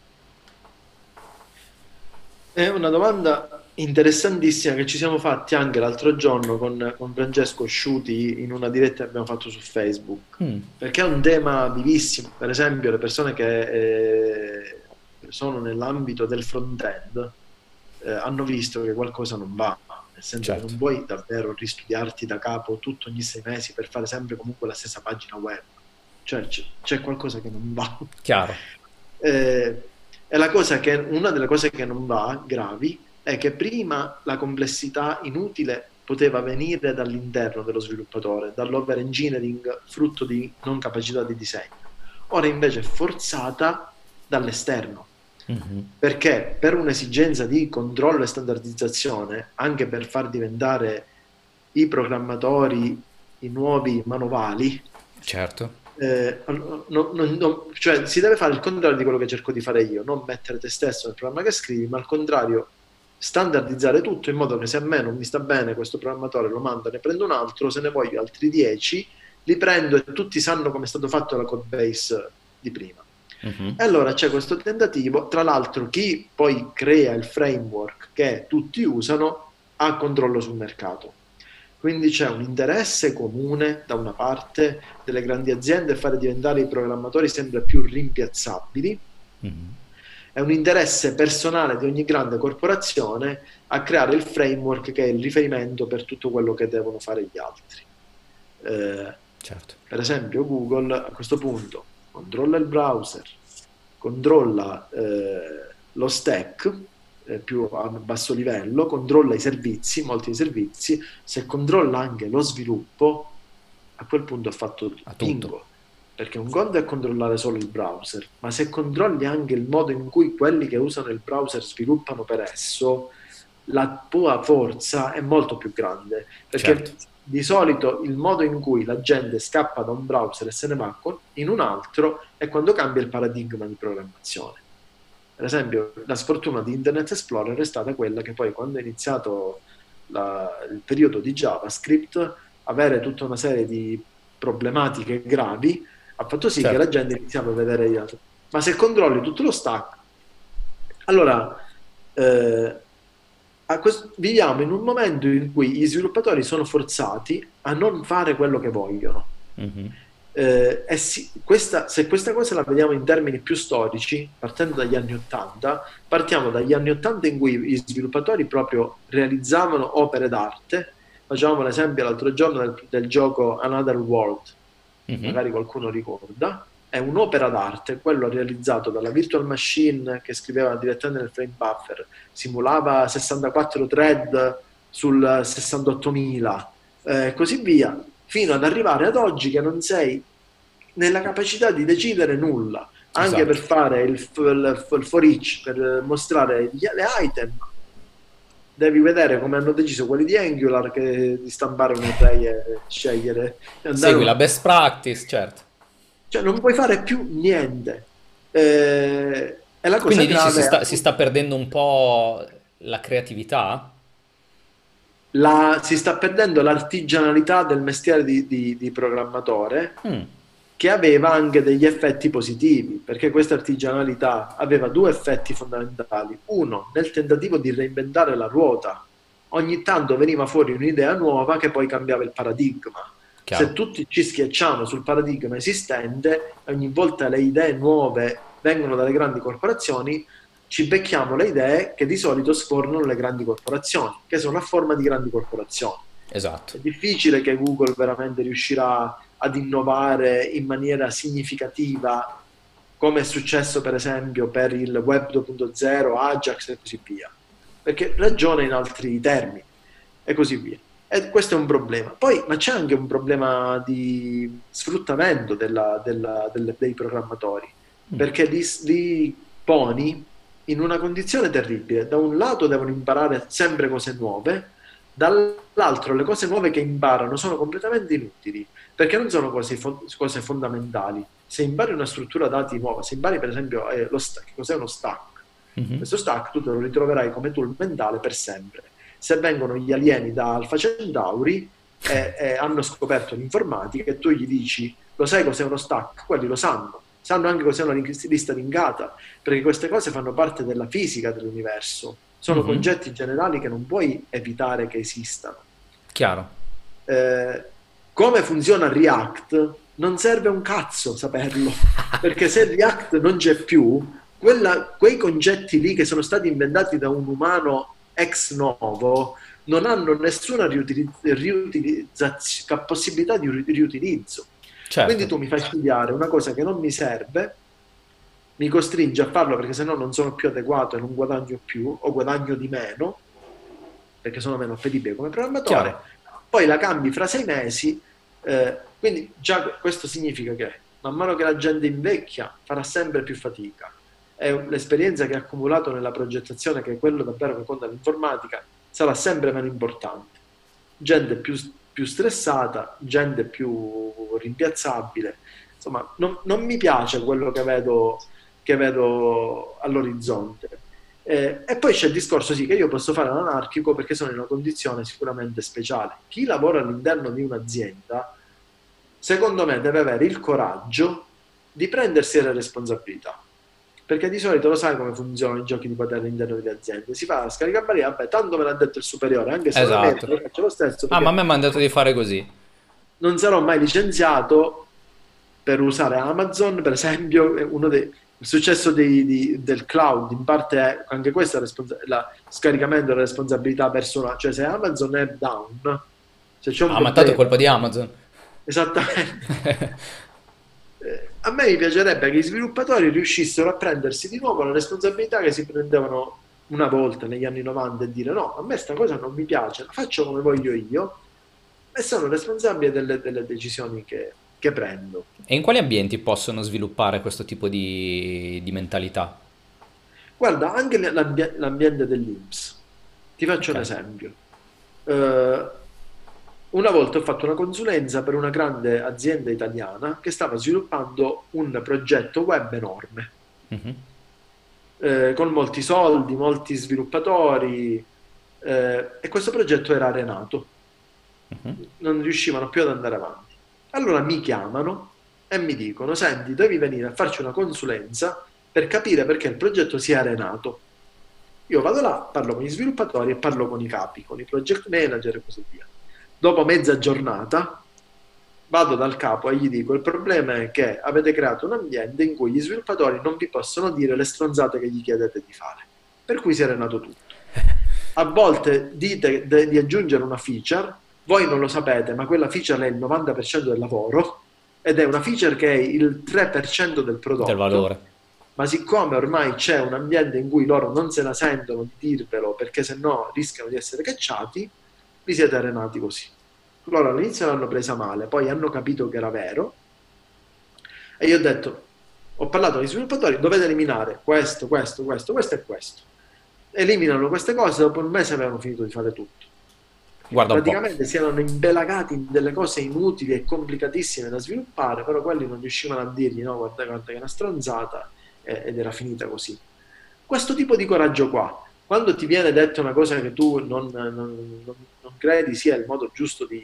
È una domanda interessantissima che ci siamo fatti anche l'altro giorno con Francesco Sciuti in una diretta che abbiamo fatto su Facebook, Mm, perché è un tema vivissimo. Per esempio, le persone che sono nell'ambito del front-end hanno visto che qualcosa non va, nel senso che certo, non puoi davvero ristudiarti da capo tutto ogni 6 mesi per fare sempre comunque la stessa pagina web. Cioè c'è qualcosa che non va. chiaro, Eh, e una delle cose che non va, gravi, è che prima la complessità inutile poteva venire dall'interno dello sviluppatore, dall'overengineering frutto di non capacità di disegno. Ora invece è forzata dall'esterno, perché per un'esigenza di controllo e standardizzazione, anche per far diventare i programmatori i nuovi manovali, certo, cioè si deve fare il contrario di quello che cerco di fare io, non mettere te stesso nel programma che scrivi, ma al contrario standardizzare tutto in modo che se a me non mi sta bene questo programmatore lo manda, ne prendo un altro, se ne voglio altri 10, li prendo e tutti sanno come è stato fatto la code base di prima. E allora c'è questo tentativo, tra l'altro chi poi crea il framework che tutti usano ha controllo sul mercato. Quindi c'è un interesse comune da una parte delle grandi aziende a fare diventare i programmatori sempre più rimpiazzabili, è un interesse personale di ogni grande corporazione a creare il framework che è il riferimento per tutto quello che devono fare gli altri. Eh, certo, per esempio Google a questo punto controlla il browser, controlla lo stack più a basso livello, controlla i servizi, molti servizi, se controlla anche lo sviluppo, a quel punto ha fatto a tutto, bingo. Perché un conto è controllare solo il browser, ma se controlli anche il modo in cui quelli che usano il browser sviluppano per esso, la tua forza è molto più grande, certo, perché di solito il modo in cui la gente scappa da un browser e se ne va in un altro è quando cambia il paradigma di programmazione. Per esempio, la sfortuna di Internet Explorer è stata quella che poi quando è iniziato il periodo di JavaScript, avere tutta una serie di problematiche gravi ha fatto sì che certo. la gente iniziava a vedere gli altri. Ma se controlli tutto lo stack, allora eh, viviamo in un momento in cui gli sviluppatori sono forzati a non fare quello che vogliono. Mhm. Se questa cosa la vediamo in termini più storici, partendo dagli anni 80, partiamo dagli anni 80 in cui gli sviluppatori proprio realizzavano opere d'arte. Facevamo l'esempio l'altro giorno del gioco Another World, Mhm. magari qualcuno ricorda, è un'opera d'arte, quello realizzato dalla virtual machine che scriveva direttamente nel frame buffer, simulava 64 thread sul 68.000 e così via, fino ad arrivare ad oggi che non sei nella capacità di decidere nulla, anche per Esatto. fare il for each, per mostrare le item, devi vedere come hanno deciso quelli di Angular che di stampare un array e scegliere e andare Segui la avanti. best practice, certo. Cioè non puoi fare più niente. E la cosa Quindi dici grave è si appunto sta perdendo un po' la creatività? si sta perdendo l'artigianalità del mestiere di programmatore, che aveva anche degli effetti positivi, perché questa artigianalità aveva due effetti fondamentali. Uno, nel tentativo di reinventare la ruota, ogni tanto veniva fuori un'idea nuova che poi cambiava il paradigma. Chiaro. Se tutti ci schiacciamo sul paradigma esistente, ogni volta le idee nuove vengono dalle grandi corporazioni, ci becchiamo le idee che di solito sfornano le grandi corporazioni, che sono a forma di grandi corporazioni. Esatto. È difficile che Google veramente riuscirà ad innovare in maniera significativa, come è successo per esempio per il Web 2.0, Ajax e così via, perché ragiona in altri termini e così via. E questo è un problema. Poi, ma c'è anche un problema di sfruttamento dei programmatori, Mm. perché li poni in una condizione terribile. Da un lato devono imparare sempre cose nuove, dall'altro le cose nuove che imparano sono completamente inutili, perché non sono cose fondamentali. Se impari una struttura dati nuova, se impari per esempio che cos'è uno stack, Mhm. questo stack tu te lo ritroverai come tool mentale per sempre. Se vengono gli alieni da Alpha Centauri e hanno scoperto l'informatica e tu gli dici lo sai cos'è uno stack, quelli lo sanno anche cos'è una lista linkata, perché queste cose fanno parte della fisica dell'universo, sono Mhm. concetti generali che non puoi evitare che esistano. Chiaro. eh, Come funziona React non serve un cazzo saperlo, perché se React non c'è più, quei concetti lì che sono stati inventati da un umano ex novo non hanno nessuna possibilità di riutilizzo. Quindi Certo. tu mi fai studiare una cosa che non mi serve, mi costringi a farlo perché sennò non sono più adeguato e non guadagno più o guadagno di meno perché sono meno appetibile come Chiaro. programmatore, poi la cambi fra 6 mesi, quindi già questo significa che man mano che la gente invecchia farà sempre più fatica. E l'esperienza che ha accumulato nella progettazione, che è quello davvero che conta l'informatica, sarà sempre meno importante. Gente più stressata, gente più rimpiazzabile. Insomma, non mi piace quello che vedo all'orizzonte. E poi c'è il discorso sì che io posso fare l'anarchico perché sono in una condizione sicuramente speciale. Chi lavora all'interno di un'azienda, secondo me, deve avere il coraggio di prendersi le responsabilità. Perché di solito lo sai come funzionano i giochi di potere all'interno delle aziende. Si fa la scaricabarile, vabbè, tanto me l'ha detto il superiore, anche se non è merito, Esatto. lo faccio lo stesso Ah, ma a perché me mi hanno detto di fare così. non sarò mai licenziato per usare Amazon, per esempio, il successo del cloud in parte è anche questa il scaricamento della responsabilità personale, cioè se Amazon è down, se c'è un Ah, ma tanto è problema, colpa di Amazon. esattamente, a me mi piacerebbe che gli sviluppatori riuscissero a prendersi di nuovo la responsabilità che si prendevano una volta negli anni 90 e dire no, a me sta cosa non mi piace, la faccio come voglio io e sono responsabile delle decisioni che prendo. E in quali ambienti possono sviluppare questo tipo di mentalità? Guarda, anche l'ambiente dell'INPS. Ti faccio Ok. un esempio. Eh, una volta ho fatto una consulenza per una grande azienda italiana che stava sviluppando un progetto web enorme, Mhm. con molti soldi, molti sviluppatori, e questo progetto era arenato, Mhm. non riuscivano più ad andare avanti. Allora mi chiamano e mi dicono, senti, devi venire a farci una consulenza per capire perché il progetto si è arenato. Io vado là, parlo con gli sviluppatori e parlo con i capi, con i project manager e così via. Dopo mezza giornata vado dal capo e gli dico: il problema è che avete creato un ambiente in cui gli sviluppatori non vi possono dire le stronzate che gli chiedete di fare. Per cui si è arenato tutto. A volte dite di aggiungere una feature, voi non lo sapete, ma quella feature è il 90% del lavoro ed è una feature che è il 3% del Del prodotto, valore. ma siccome ormai c'è un ambiente in cui loro non se la sentono di dirvelo perché sennò rischiano di essere cacciati, vi siete arenati così. Loro all'inizio l'hanno presa male, poi hanno capito che era vero e io ho detto, ho parlato agli sviluppatori, dovete eliminare questo, questo, questo, questo e questo. Eliminano queste cose, dopo un mese avevano finito di fare tutto. Guarda un po'. Praticamente si erano imbelagati in delle cose inutili e complicatissime da sviluppare, però quelli non riuscivano a dirgli no, guarda che è una stronzata ed era finita così. Questo tipo di coraggio qua, quando ti viene detta una cosa che tu non credi sia il modo giusto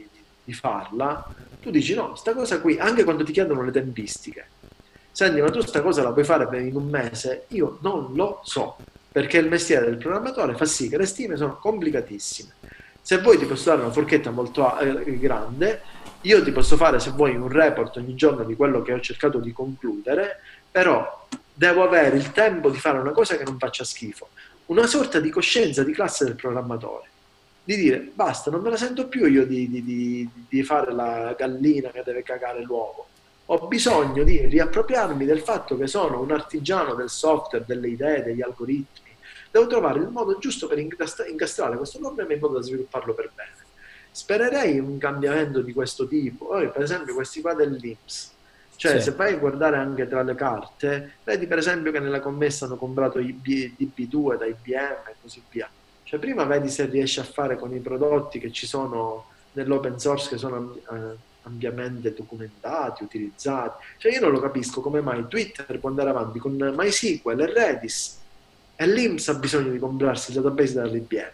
di farla, tu dici no, sta cosa qui, anche quando ti chiedono le tempistiche. Senti, ma tu sta cosa la puoi fare in un mese? Io non lo so, perché il mestiere del programmatore fa sì che le stime sono complicatissime. Se vuoi ti posso dare una forchetta molto grande, io ti posso fare se vuoi un report ogni giorno di quello che ho cercato di concludere, però devo avere il tempo di fare una cosa che non faccia schifo, una sorta di coscienza di classe del programmatore, di dire basta, non me la sento più io di fare la gallina che deve cagare l'uovo. Ho bisogno di riappropriarmi del fatto che sono un artigiano del software, delle idee, degli algoritmi. Devo trovare il modo giusto per incastrare questo problema in modo da svilupparlo per bene. Spererei un cambiamento di questo tipo. Poi, per esempio, questi qua dell'INPS. Cioè, Sì. se vai a guardare anche tra le carte, vedi per esempio che nella commessa hanno comprato i DB2 da IBM e così via. Cioè, prima vedi se riesci a fare con i prodotti che ci sono nell'open source, che sono ampiamente documentati, utilizzati. Cioè, io non lo capisco come mai Twitter può andare avanti con MySQL e Redis e l'INPS ha bisogno di comprarsi il database dall'IBM.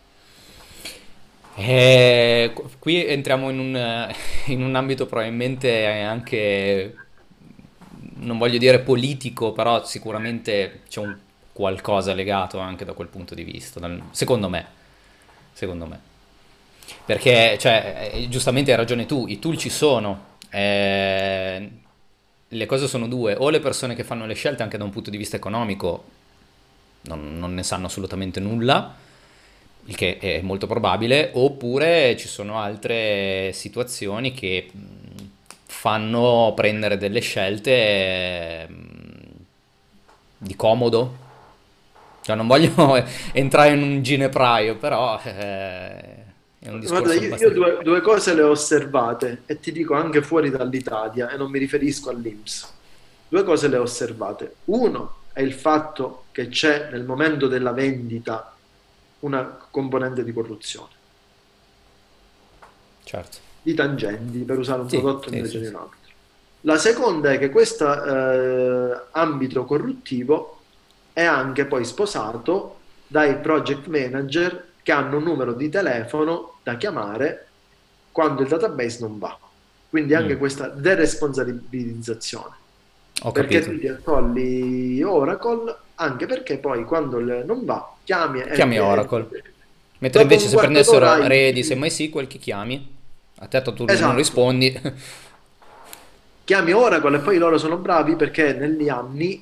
Qui entriamo in un ambito probabilmente anche, non voglio dire politico, però sicuramente c'è un qualcosa legato anche da quel punto di vista, secondo me, secondo me. Perché, cioè, giustamente hai ragione tu, i tool ci sono, le cose sono due, o le persone che fanno le scelte anche da un punto di vista economico non ne sanno assolutamente nulla, il che è molto probabile, oppure ci sono altre situazioni che fanno prendere delle scelte di comodo. Cioè, non voglio entrare in un ginepraio, però è un Guarda, discorso io abbastanza... due cose le ho osservate e ti dico anche fuori dall'Italia e non mi riferisco all'INPS. Due cose le ho osservate. Uno è il fatto che c'è nel momento della vendita una componente di corruzione, Certo. di tangenti per usare un Sì, prodotto sì, invece sì, di sì. un altro. La seconda è che questo ambito corruttivo è anche poi sposato dai project manager che hanno un numero di telefono da chiamare quando il database non va. Quindi anche Mm, questa deresponsabilizzazione. ho Perché capito. tu ti accogli Oracle, anche perché poi quando non va, chiami Chiami Oracle. Mentre dopo invece un se quarto d'ora prendessero hai... Redis e MySQL, chi chiami? A te tu non Esatto, rispondi. chiami Oracle e poi loro sono bravi perché negli anni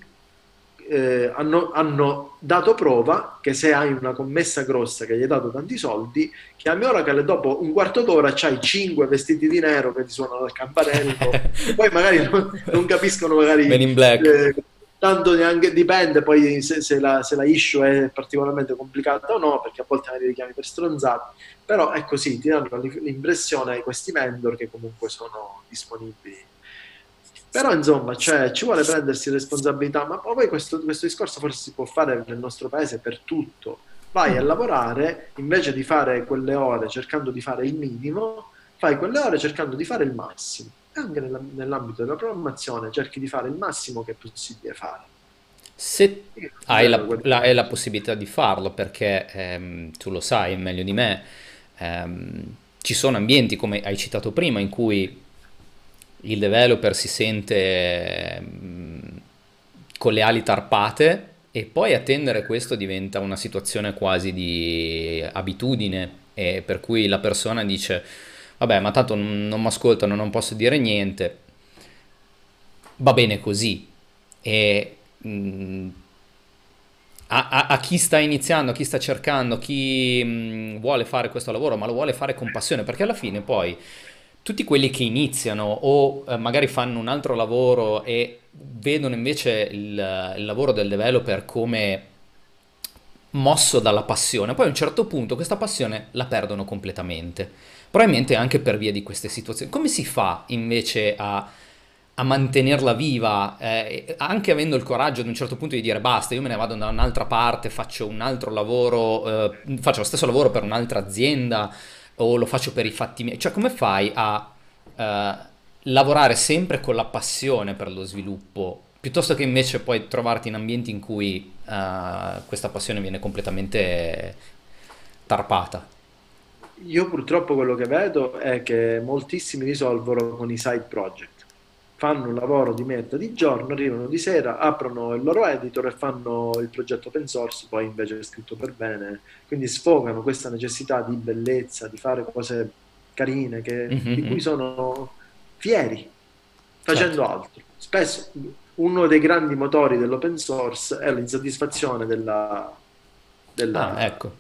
hanno dato prova che se hai una commessa grossa che gli hai dato tanti soldi, chiami Oracle e dopo un quarto d'ora c'hai cinque vestiti di nero che ti suonano al campanello e poi magari non capiscono Men magari in Black. tanto neanche dipende poi se la issue è particolarmente complicata o no, perché a volte magari li chiami per stronzate, però è così, ti danno l'impressione questi vendor che comunque sono disponibili. Però insomma, cioè, ci vuole prendersi responsabilità, ma poi questo discorso forse si può fare nel nostro paese per tutto. Vai a lavorare, invece di fare quelle ore cercando di fare il minimo, fai quelle ore cercando di fare il massimo. E anche nell'ambito della programmazione cerchi di fare il massimo che è possibile fare. Se Io hai considero quello hai che la possibilità di farlo, perché tu lo sai meglio di me, ci sono ambienti, come hai citato prima, in cui il developer si sente con le ali tarpate e poi attendere questo diventa una situazione quasi di abitudine, e per cui la persona dice vabbè, ma tanto non mi ascoltano, non posso dire niente, va bene così. E a chi sta iniziando, a chi sta cercando, a chi vuole fare questo lavoro, ma lo vuole fare con passione, perché alla fine poi tutti quelli che iniziano o magari fanno un altro lavoro e vedono invece il lavoro del developer come mosso dalla passione, poi a un certo punto questa passione la perdono completamente. Probabilmente anche per via di queste situazioni. Come si fa invece a mantenerla viva, anche avendo il coraggio ad un certo punto di dire basta, io me ne vado da un'altra parte, faccio un altro lavoro, faccio lo stesso lavoro per un'altra azienda o lo faccio per i fatti miei? Cioè, come fai a eh, lavorare sempre con la passione per lo sviluppo, piuttosto che invece poi trovarti in ambienti in cui questa passione viene completamente tarpata? Io purtroppo quello che vedo è che moltissimi risolvono con i side project. Fanno un lavoro di merda di giorno, arrivano di sera, aprono il loro editor e fanno il progetto open source, poi invece è scritto per bene. Quindi sfogano questa necessità di bellezza, di fare cose carine, di cui Mhm, sono fieri, certo. facendo altro. Spesso uno dei grandi motori dell'open source è l'insoddisfazione Ah, della ecco.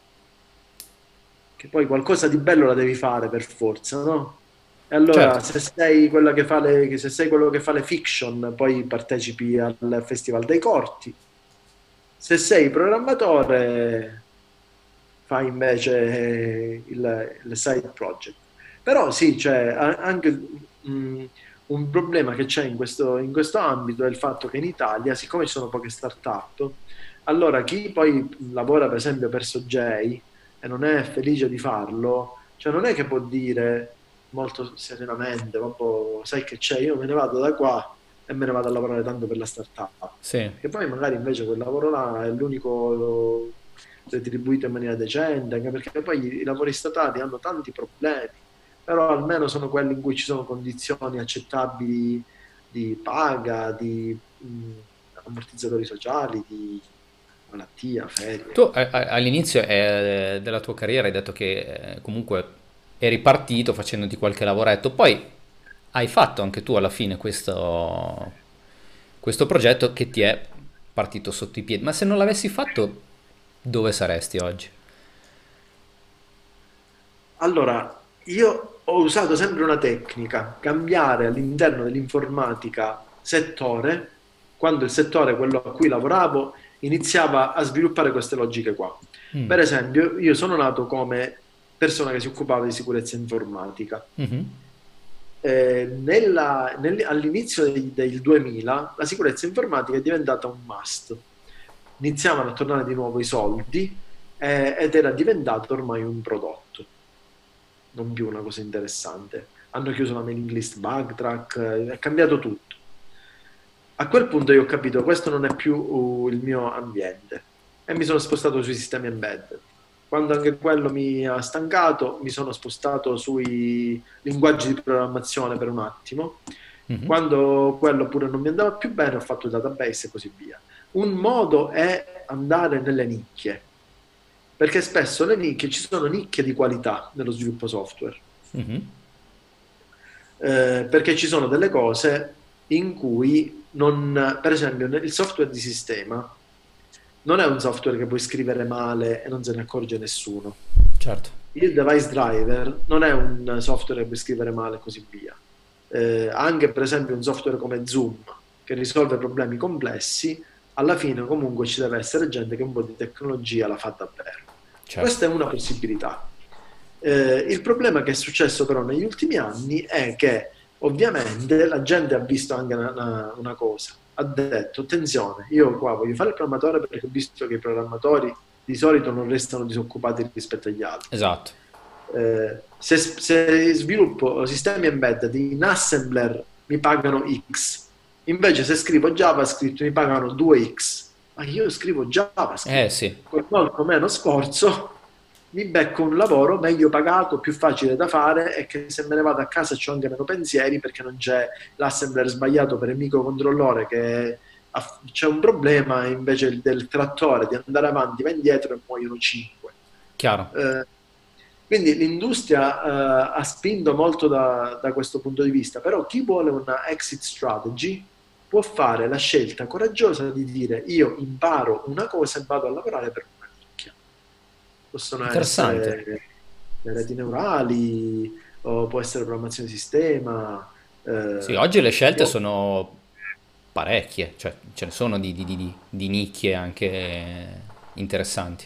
che poi qualcosa di bello la devi fare per forza, no? E allora Certo. se sei quella che fa se sei quello che fa le fiction, poi partecipi al Festival dei Corti. Se sei programmatore, fai invece il side project. Però sì, c'è anche un problema che c'è in questo ambito è il fatto che in Italia, siccome ci sono poche start-up, allora chi poi lavora per esempio per Sogei e non è felice di farlo, cioè non è che può dire molto serenamente, vabbè, sai che c'è, io me ne vado da qua e me ne vado a lavorare tanto per la startup. Sì. Che poi magari invece quel lavoro là è l'unico retribuito in maniera decente, anche perché poi i lavori statali hanno tanti problemi, però almeno sono quelli in cui ci sono condizioni accettabili di paga, di ammortizzatori sociali, di malattia, ferie. Tu all'inizio della tua carriera hai detto che comunque eri partito facendoti qualche lavoretto, poi hai fatto anche tu alla fine questo progetto che ti è partito sotto i piedi, ma se non l'avessi fatto, dove saresti oggi? Allora, io ho usato sempre una tecnica, cambiare all'interno dell'informatica settore, quando il settore, quello a cui lavoravo, iniziava a sviluppare queste logiche qua. Per esempio, io sono nato come persona che si occupava di sicurezza informatica. Mhm. All'inizio del 2000 la sicurezza informatica è diventata un must. Iniziavano a tornare di nuovo i soldi ed era diventato ormai un prodotto, non più una cosa interessante. Hanno chiuso la mailing list Bugtrack, è cambiato tutto. A quel punto io ho capito questo non è più il mio ambiente e mi sono spostato sui sistemi embedded. Quando anche quello mi ha stancato, mi sono spostato sui linguaggi di programmazione per un attimo. Quando quello pure non mi andava più bene, ho fatto il database e così via. Un modo è andare nelle nicchie, perché spesso le nicchie, ci sono nicchie di qualità nello sviluppo software. Perché ci sono delle cose in cui non, per esempio, il software di sistema non è un software che puoi scrivere male e non se ne accorge nessuno. Certo. Il device driver non è un software che puoi scrivere male e così via. Anche per esempio un software come Zoom che risolve problemi complessi, alla fine comunque ci deve essere gente che un po' di tecnologia la fa davvero. Certo. Questa è una possibilità. Il problema che è successo però negli ultimi anni è che ovviamente la gente ha visto anche una cosa, ha detto attenzione, io qua voglio fare il programmatore perché ho visto che i programmatori di solito non restano disoccupati rispetto agli altri. Esatto. Se sviluppo sistemi embedded in assembler mi pagano X, invece se scrivo JavaScript mi pagano 2X, ma io scrivo Eh JavaScript sì, con molto meno sforzo, mi becco un lavoro meglio pagato, più facile da fare e che se me ne vado a casa c'ho anche meno pensieri perché non c'è l'assembler sbagliato per il microcontrollore che c'è un problema invece del trattore di andare avanti va indietro e muoiono 5. chiaro. Quindi l'industria ha spinto molto da questo punto di vista, però chi vuole una exit strategy può fare la scelta coraggiosa di dire io imparo una cosa e vado a lavorare per una nicchia. Possono Interessante. essere le reti neurali, o può essere programmazione di sistema. Sì, eh, oggi le scelte può- sono parecchie, cioè ce ne sono di nicchie anche interessanti.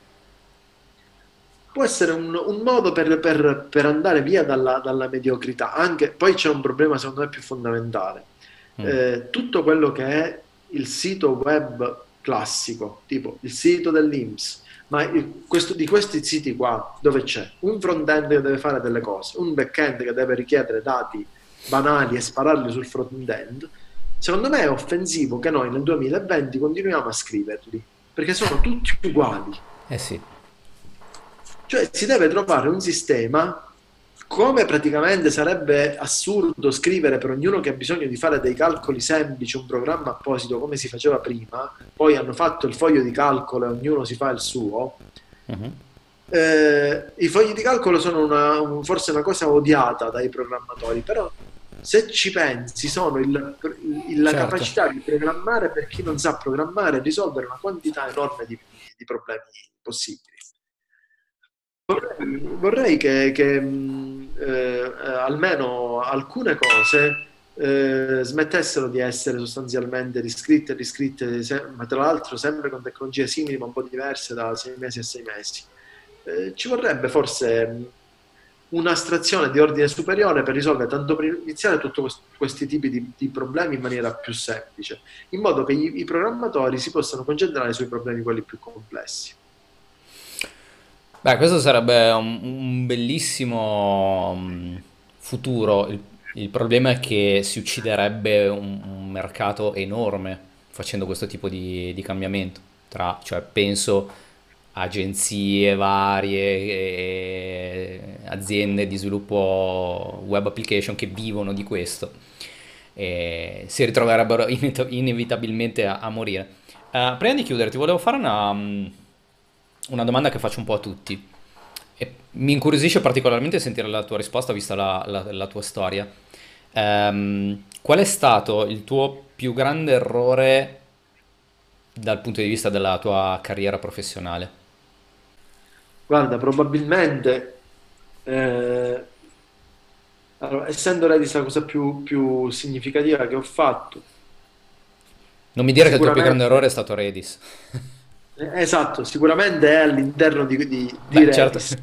Può essere un modo per andare via dalla mediocrità. Anche, poi c'è un problema, secondo me, più fondamentale. Tutto quello che è il sito web classico, tipo il sito dell'INPS, ma di questi siti qua, dove c'è un front-end che deve fare delle cose, un back-end che deve richiedere dati banali e spararli sul front-end, secondo me è offensivo che noi nel 2020 continuiamo a scriverli, perché sono tutti uguali. Eh sì, Cioè si deve trovare un sistema, come praticamente sarebbe assurdo scrivere per ognuno che ha bisogno di fare dei calcoli semplici un programma apposito come si faceva prima, poi hanno fatto il foglio di calcolo e ognuno si fa il suo. Mhm. I fogli di calcolo sono forse una cosa odiata dai programmatori, però se ci pensi sono la Certo. capacità di programmare per chi non sa programmare e risolvere una quantità enorme di problemi possibili. Vorrei che almeno alcune cose smettessero di essere sostanzialmente riscritte e riscritte, ma tra l'altro sempre con tecnologie simili ma un po' diverse da 6 mesi a 6 mesi. Ci vorrebbe forse un'astrazione di ordine superiore per risolvere, tanto per iniziare, tutti questi tipi di problemi in maniera più semplice, in modo che i programmatori si possano concentrare sui problemi quelli più complessi. Beh, questo sarebbe un bellissimo futuro. Il problema è che si ucciderebbe un mercato enorme facendo questo tipo di cambiamento. Cioè, penso agenzie varie, aziende di sviluppo web application che vivono di questo e si ritroverebbero inevitabilmente a morire. Prima di chiudere, ti volevo fare una domanda che faccio un po' a tutti. E mi incuriosisce particolarmente sentire la tua risposta, vista la tua storia. Qual è stato il tuo più grande errore dal punto di vista della tua carriera professionale? Guarda, probabilmente, allora, essendo Redis la cosa più significativa che ho fatto, Non mi dire che il tuo più grande sicuramente, errore è stato Redis. esatto, sicuramente è all'interno di Beh, certo. Redis.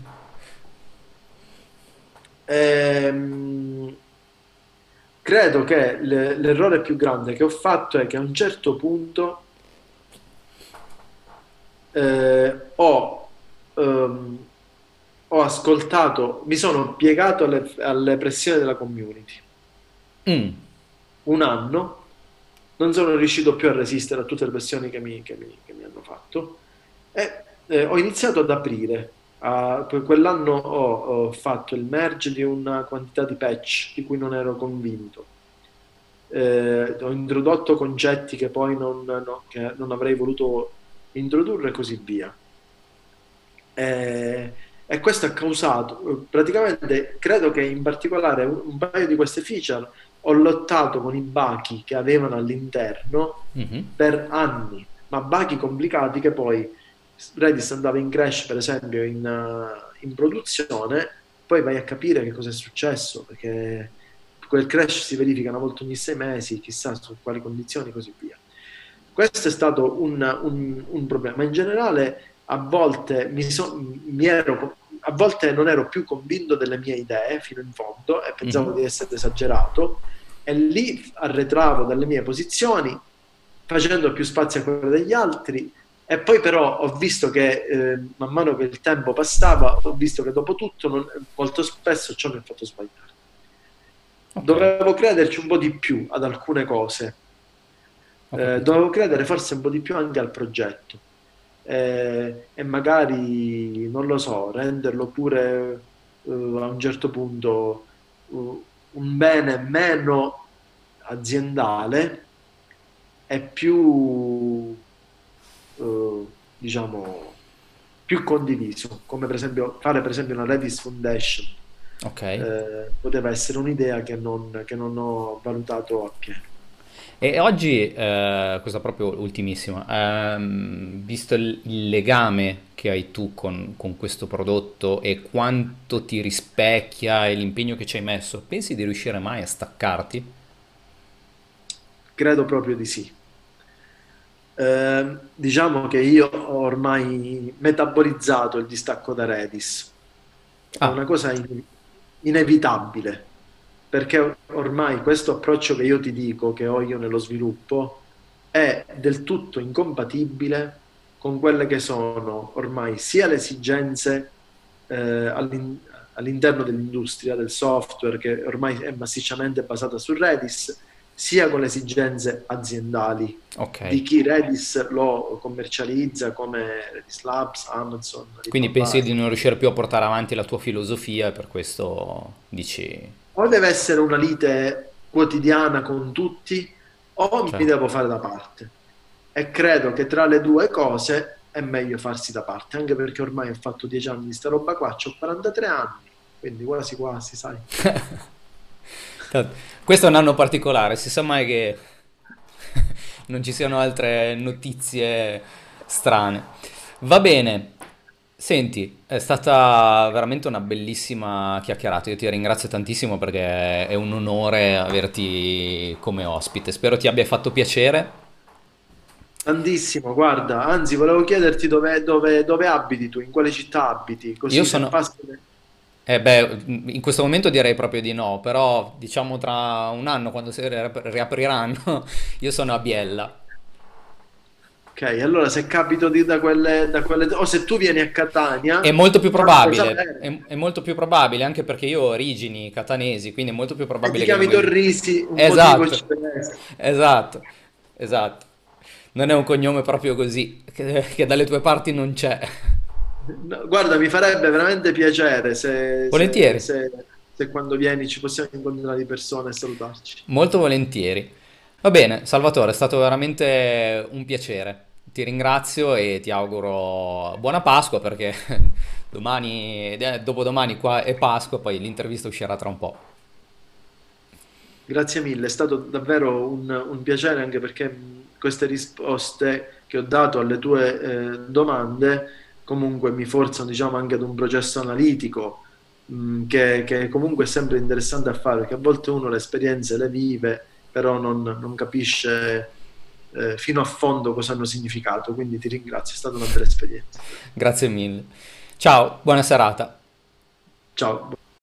Ehm, Credo che l'errore più grande che ho fatto è che a un certo punto ho, ehm, ho ascoltato, mi sono piegato alle pressioni della community. Mm, 1 anno, non sono riuscito più a resistere a tutte le pressioni che mi hanno fatto e ho iniziato ad aprire. Quell'anno ho fatto il merge di una quantità di patch di cui non ero convinto. Ho introdotto concetti che poi che non avrei voluto introdurre e così via. E questo ha causato, praticamente, credo che in particolare un paio di queste feature ho lottato con i bachi che avevano all'interno mhm. per anni, ma bachi complicati che poi Redis andava in crash, per esempio, in produzione, poi vai a capire che cosa è successo, perché quel crash si verifica una volta ogni 6 mesi, chissà su quali condizioni, così via. Questo è stato un problema. In generale, a volte a volte non ero più convinto delle mie idee fino in fondo e pensavo Mhm. di essere esagerato, e lì arretravo dalle mie posizioni facendo più spazio a quelle degli altri. E poi però ho visto che man mano che il tempo passava, ho visto che dopo tutto molto spesso ciò mi ha fatto sbagliare. Ok, Dovevo crederci un po' di più ad alcune cose. ho capito. Dovevo credere forse un po' di più anche al progetto. E magari, non lo so, renderlo pure a un certo punto un bene meno aziendale e più, diciamo, più condiviso, come per esempio fare per esempio una Redis Foundation. Ok. Poteva essere un'idea che non ho valutato appieno. E oggi, questa proprio ultimissima, visto il legame che hai tu con questo prodotto e quanto ti rispecchia e l'impegno che ci hai messo, pensi di riuscire mai a staccarti? Credo proprio di sì. Diciamo che io ho ormai metabolizzato il distacco da Redis. È Ah, una cosa inevitabile, perché ormai questo approccio che io ti dico, che ho io nello sviluppo, è del tutto incompatibile con quelle che sono ormai sia le esigenze all'interno dell'industria del software, che ormai è massicciamente basata su Redis, sia con le esigenze aziendali Ok. di chi Redis lo commercializza come Redis Labs, Amazon, Quindi pensi Alibaba. di non riuscire più a portare avanti la tua filosofia e per questo dici... O deve essere una lite quotidiana con tutti, o Cioè, mi devo fare da parte. E credo che tra le due cose è meglio farsi da parte, anche perché ormai ho fatto 10 anni di sta roba qua, ho 43 anni, quindi quasi quasi, sai. questo è un anno particolare, si sa mai che non ci siano altre notizie strane. Va bene, senti, è stata veramente una bellissima chiacchierata. Io ti ringrazio tantissimo perché è un onore averti come ospite. Spero ti abbia fatto piacere. Tantissimo, guarda, anzi volevo chiederti dove abiti tu, in quale città abiti, Io così se sono... passi... beh, in questo momento direi proprio di no, però diciamo tra un anno quando si riapriranno, io sono a Biella. Ok, allora se capito da quelle... o se tu vieni a È Catania, molto più fammelo probabile, sapere. è molto più probabile anche perché io ho origini catanesi, quindi è molto più E ti probabile che chiami vengo lì. Torrisi, un motivo ci Esatto, deve essere. esatto, esatto. Non è un cognome proprio così, che dalle tue parti non c'è. No, guarda, mi farebbe veramente piacere Volentieri, se quando vieni ci possiamo incontrare di persona e salutarci. molto volentieri. Va bene, Salvatore, è stato veramente un piacere. Ti ringrazio e ti auguro buona Pasqua perché domani, dopodomani qua è Pasqua, poi l'intervista uscirà tra un po'. Grazie mille, è stato davvero un piacere anche perché queste risposte che ho dato alle tue domande comunque mi forzano, diciamo, anche ad un processo analitico che comunque è sempre interessante a fare, perché a volte uno le esperienze le vive, però non capisce fino a fondo cosa hanno significato. Quindi ti ringrazio, è stata una bella esperienza. Grazie mille. Ciao, buona serata. Ciao.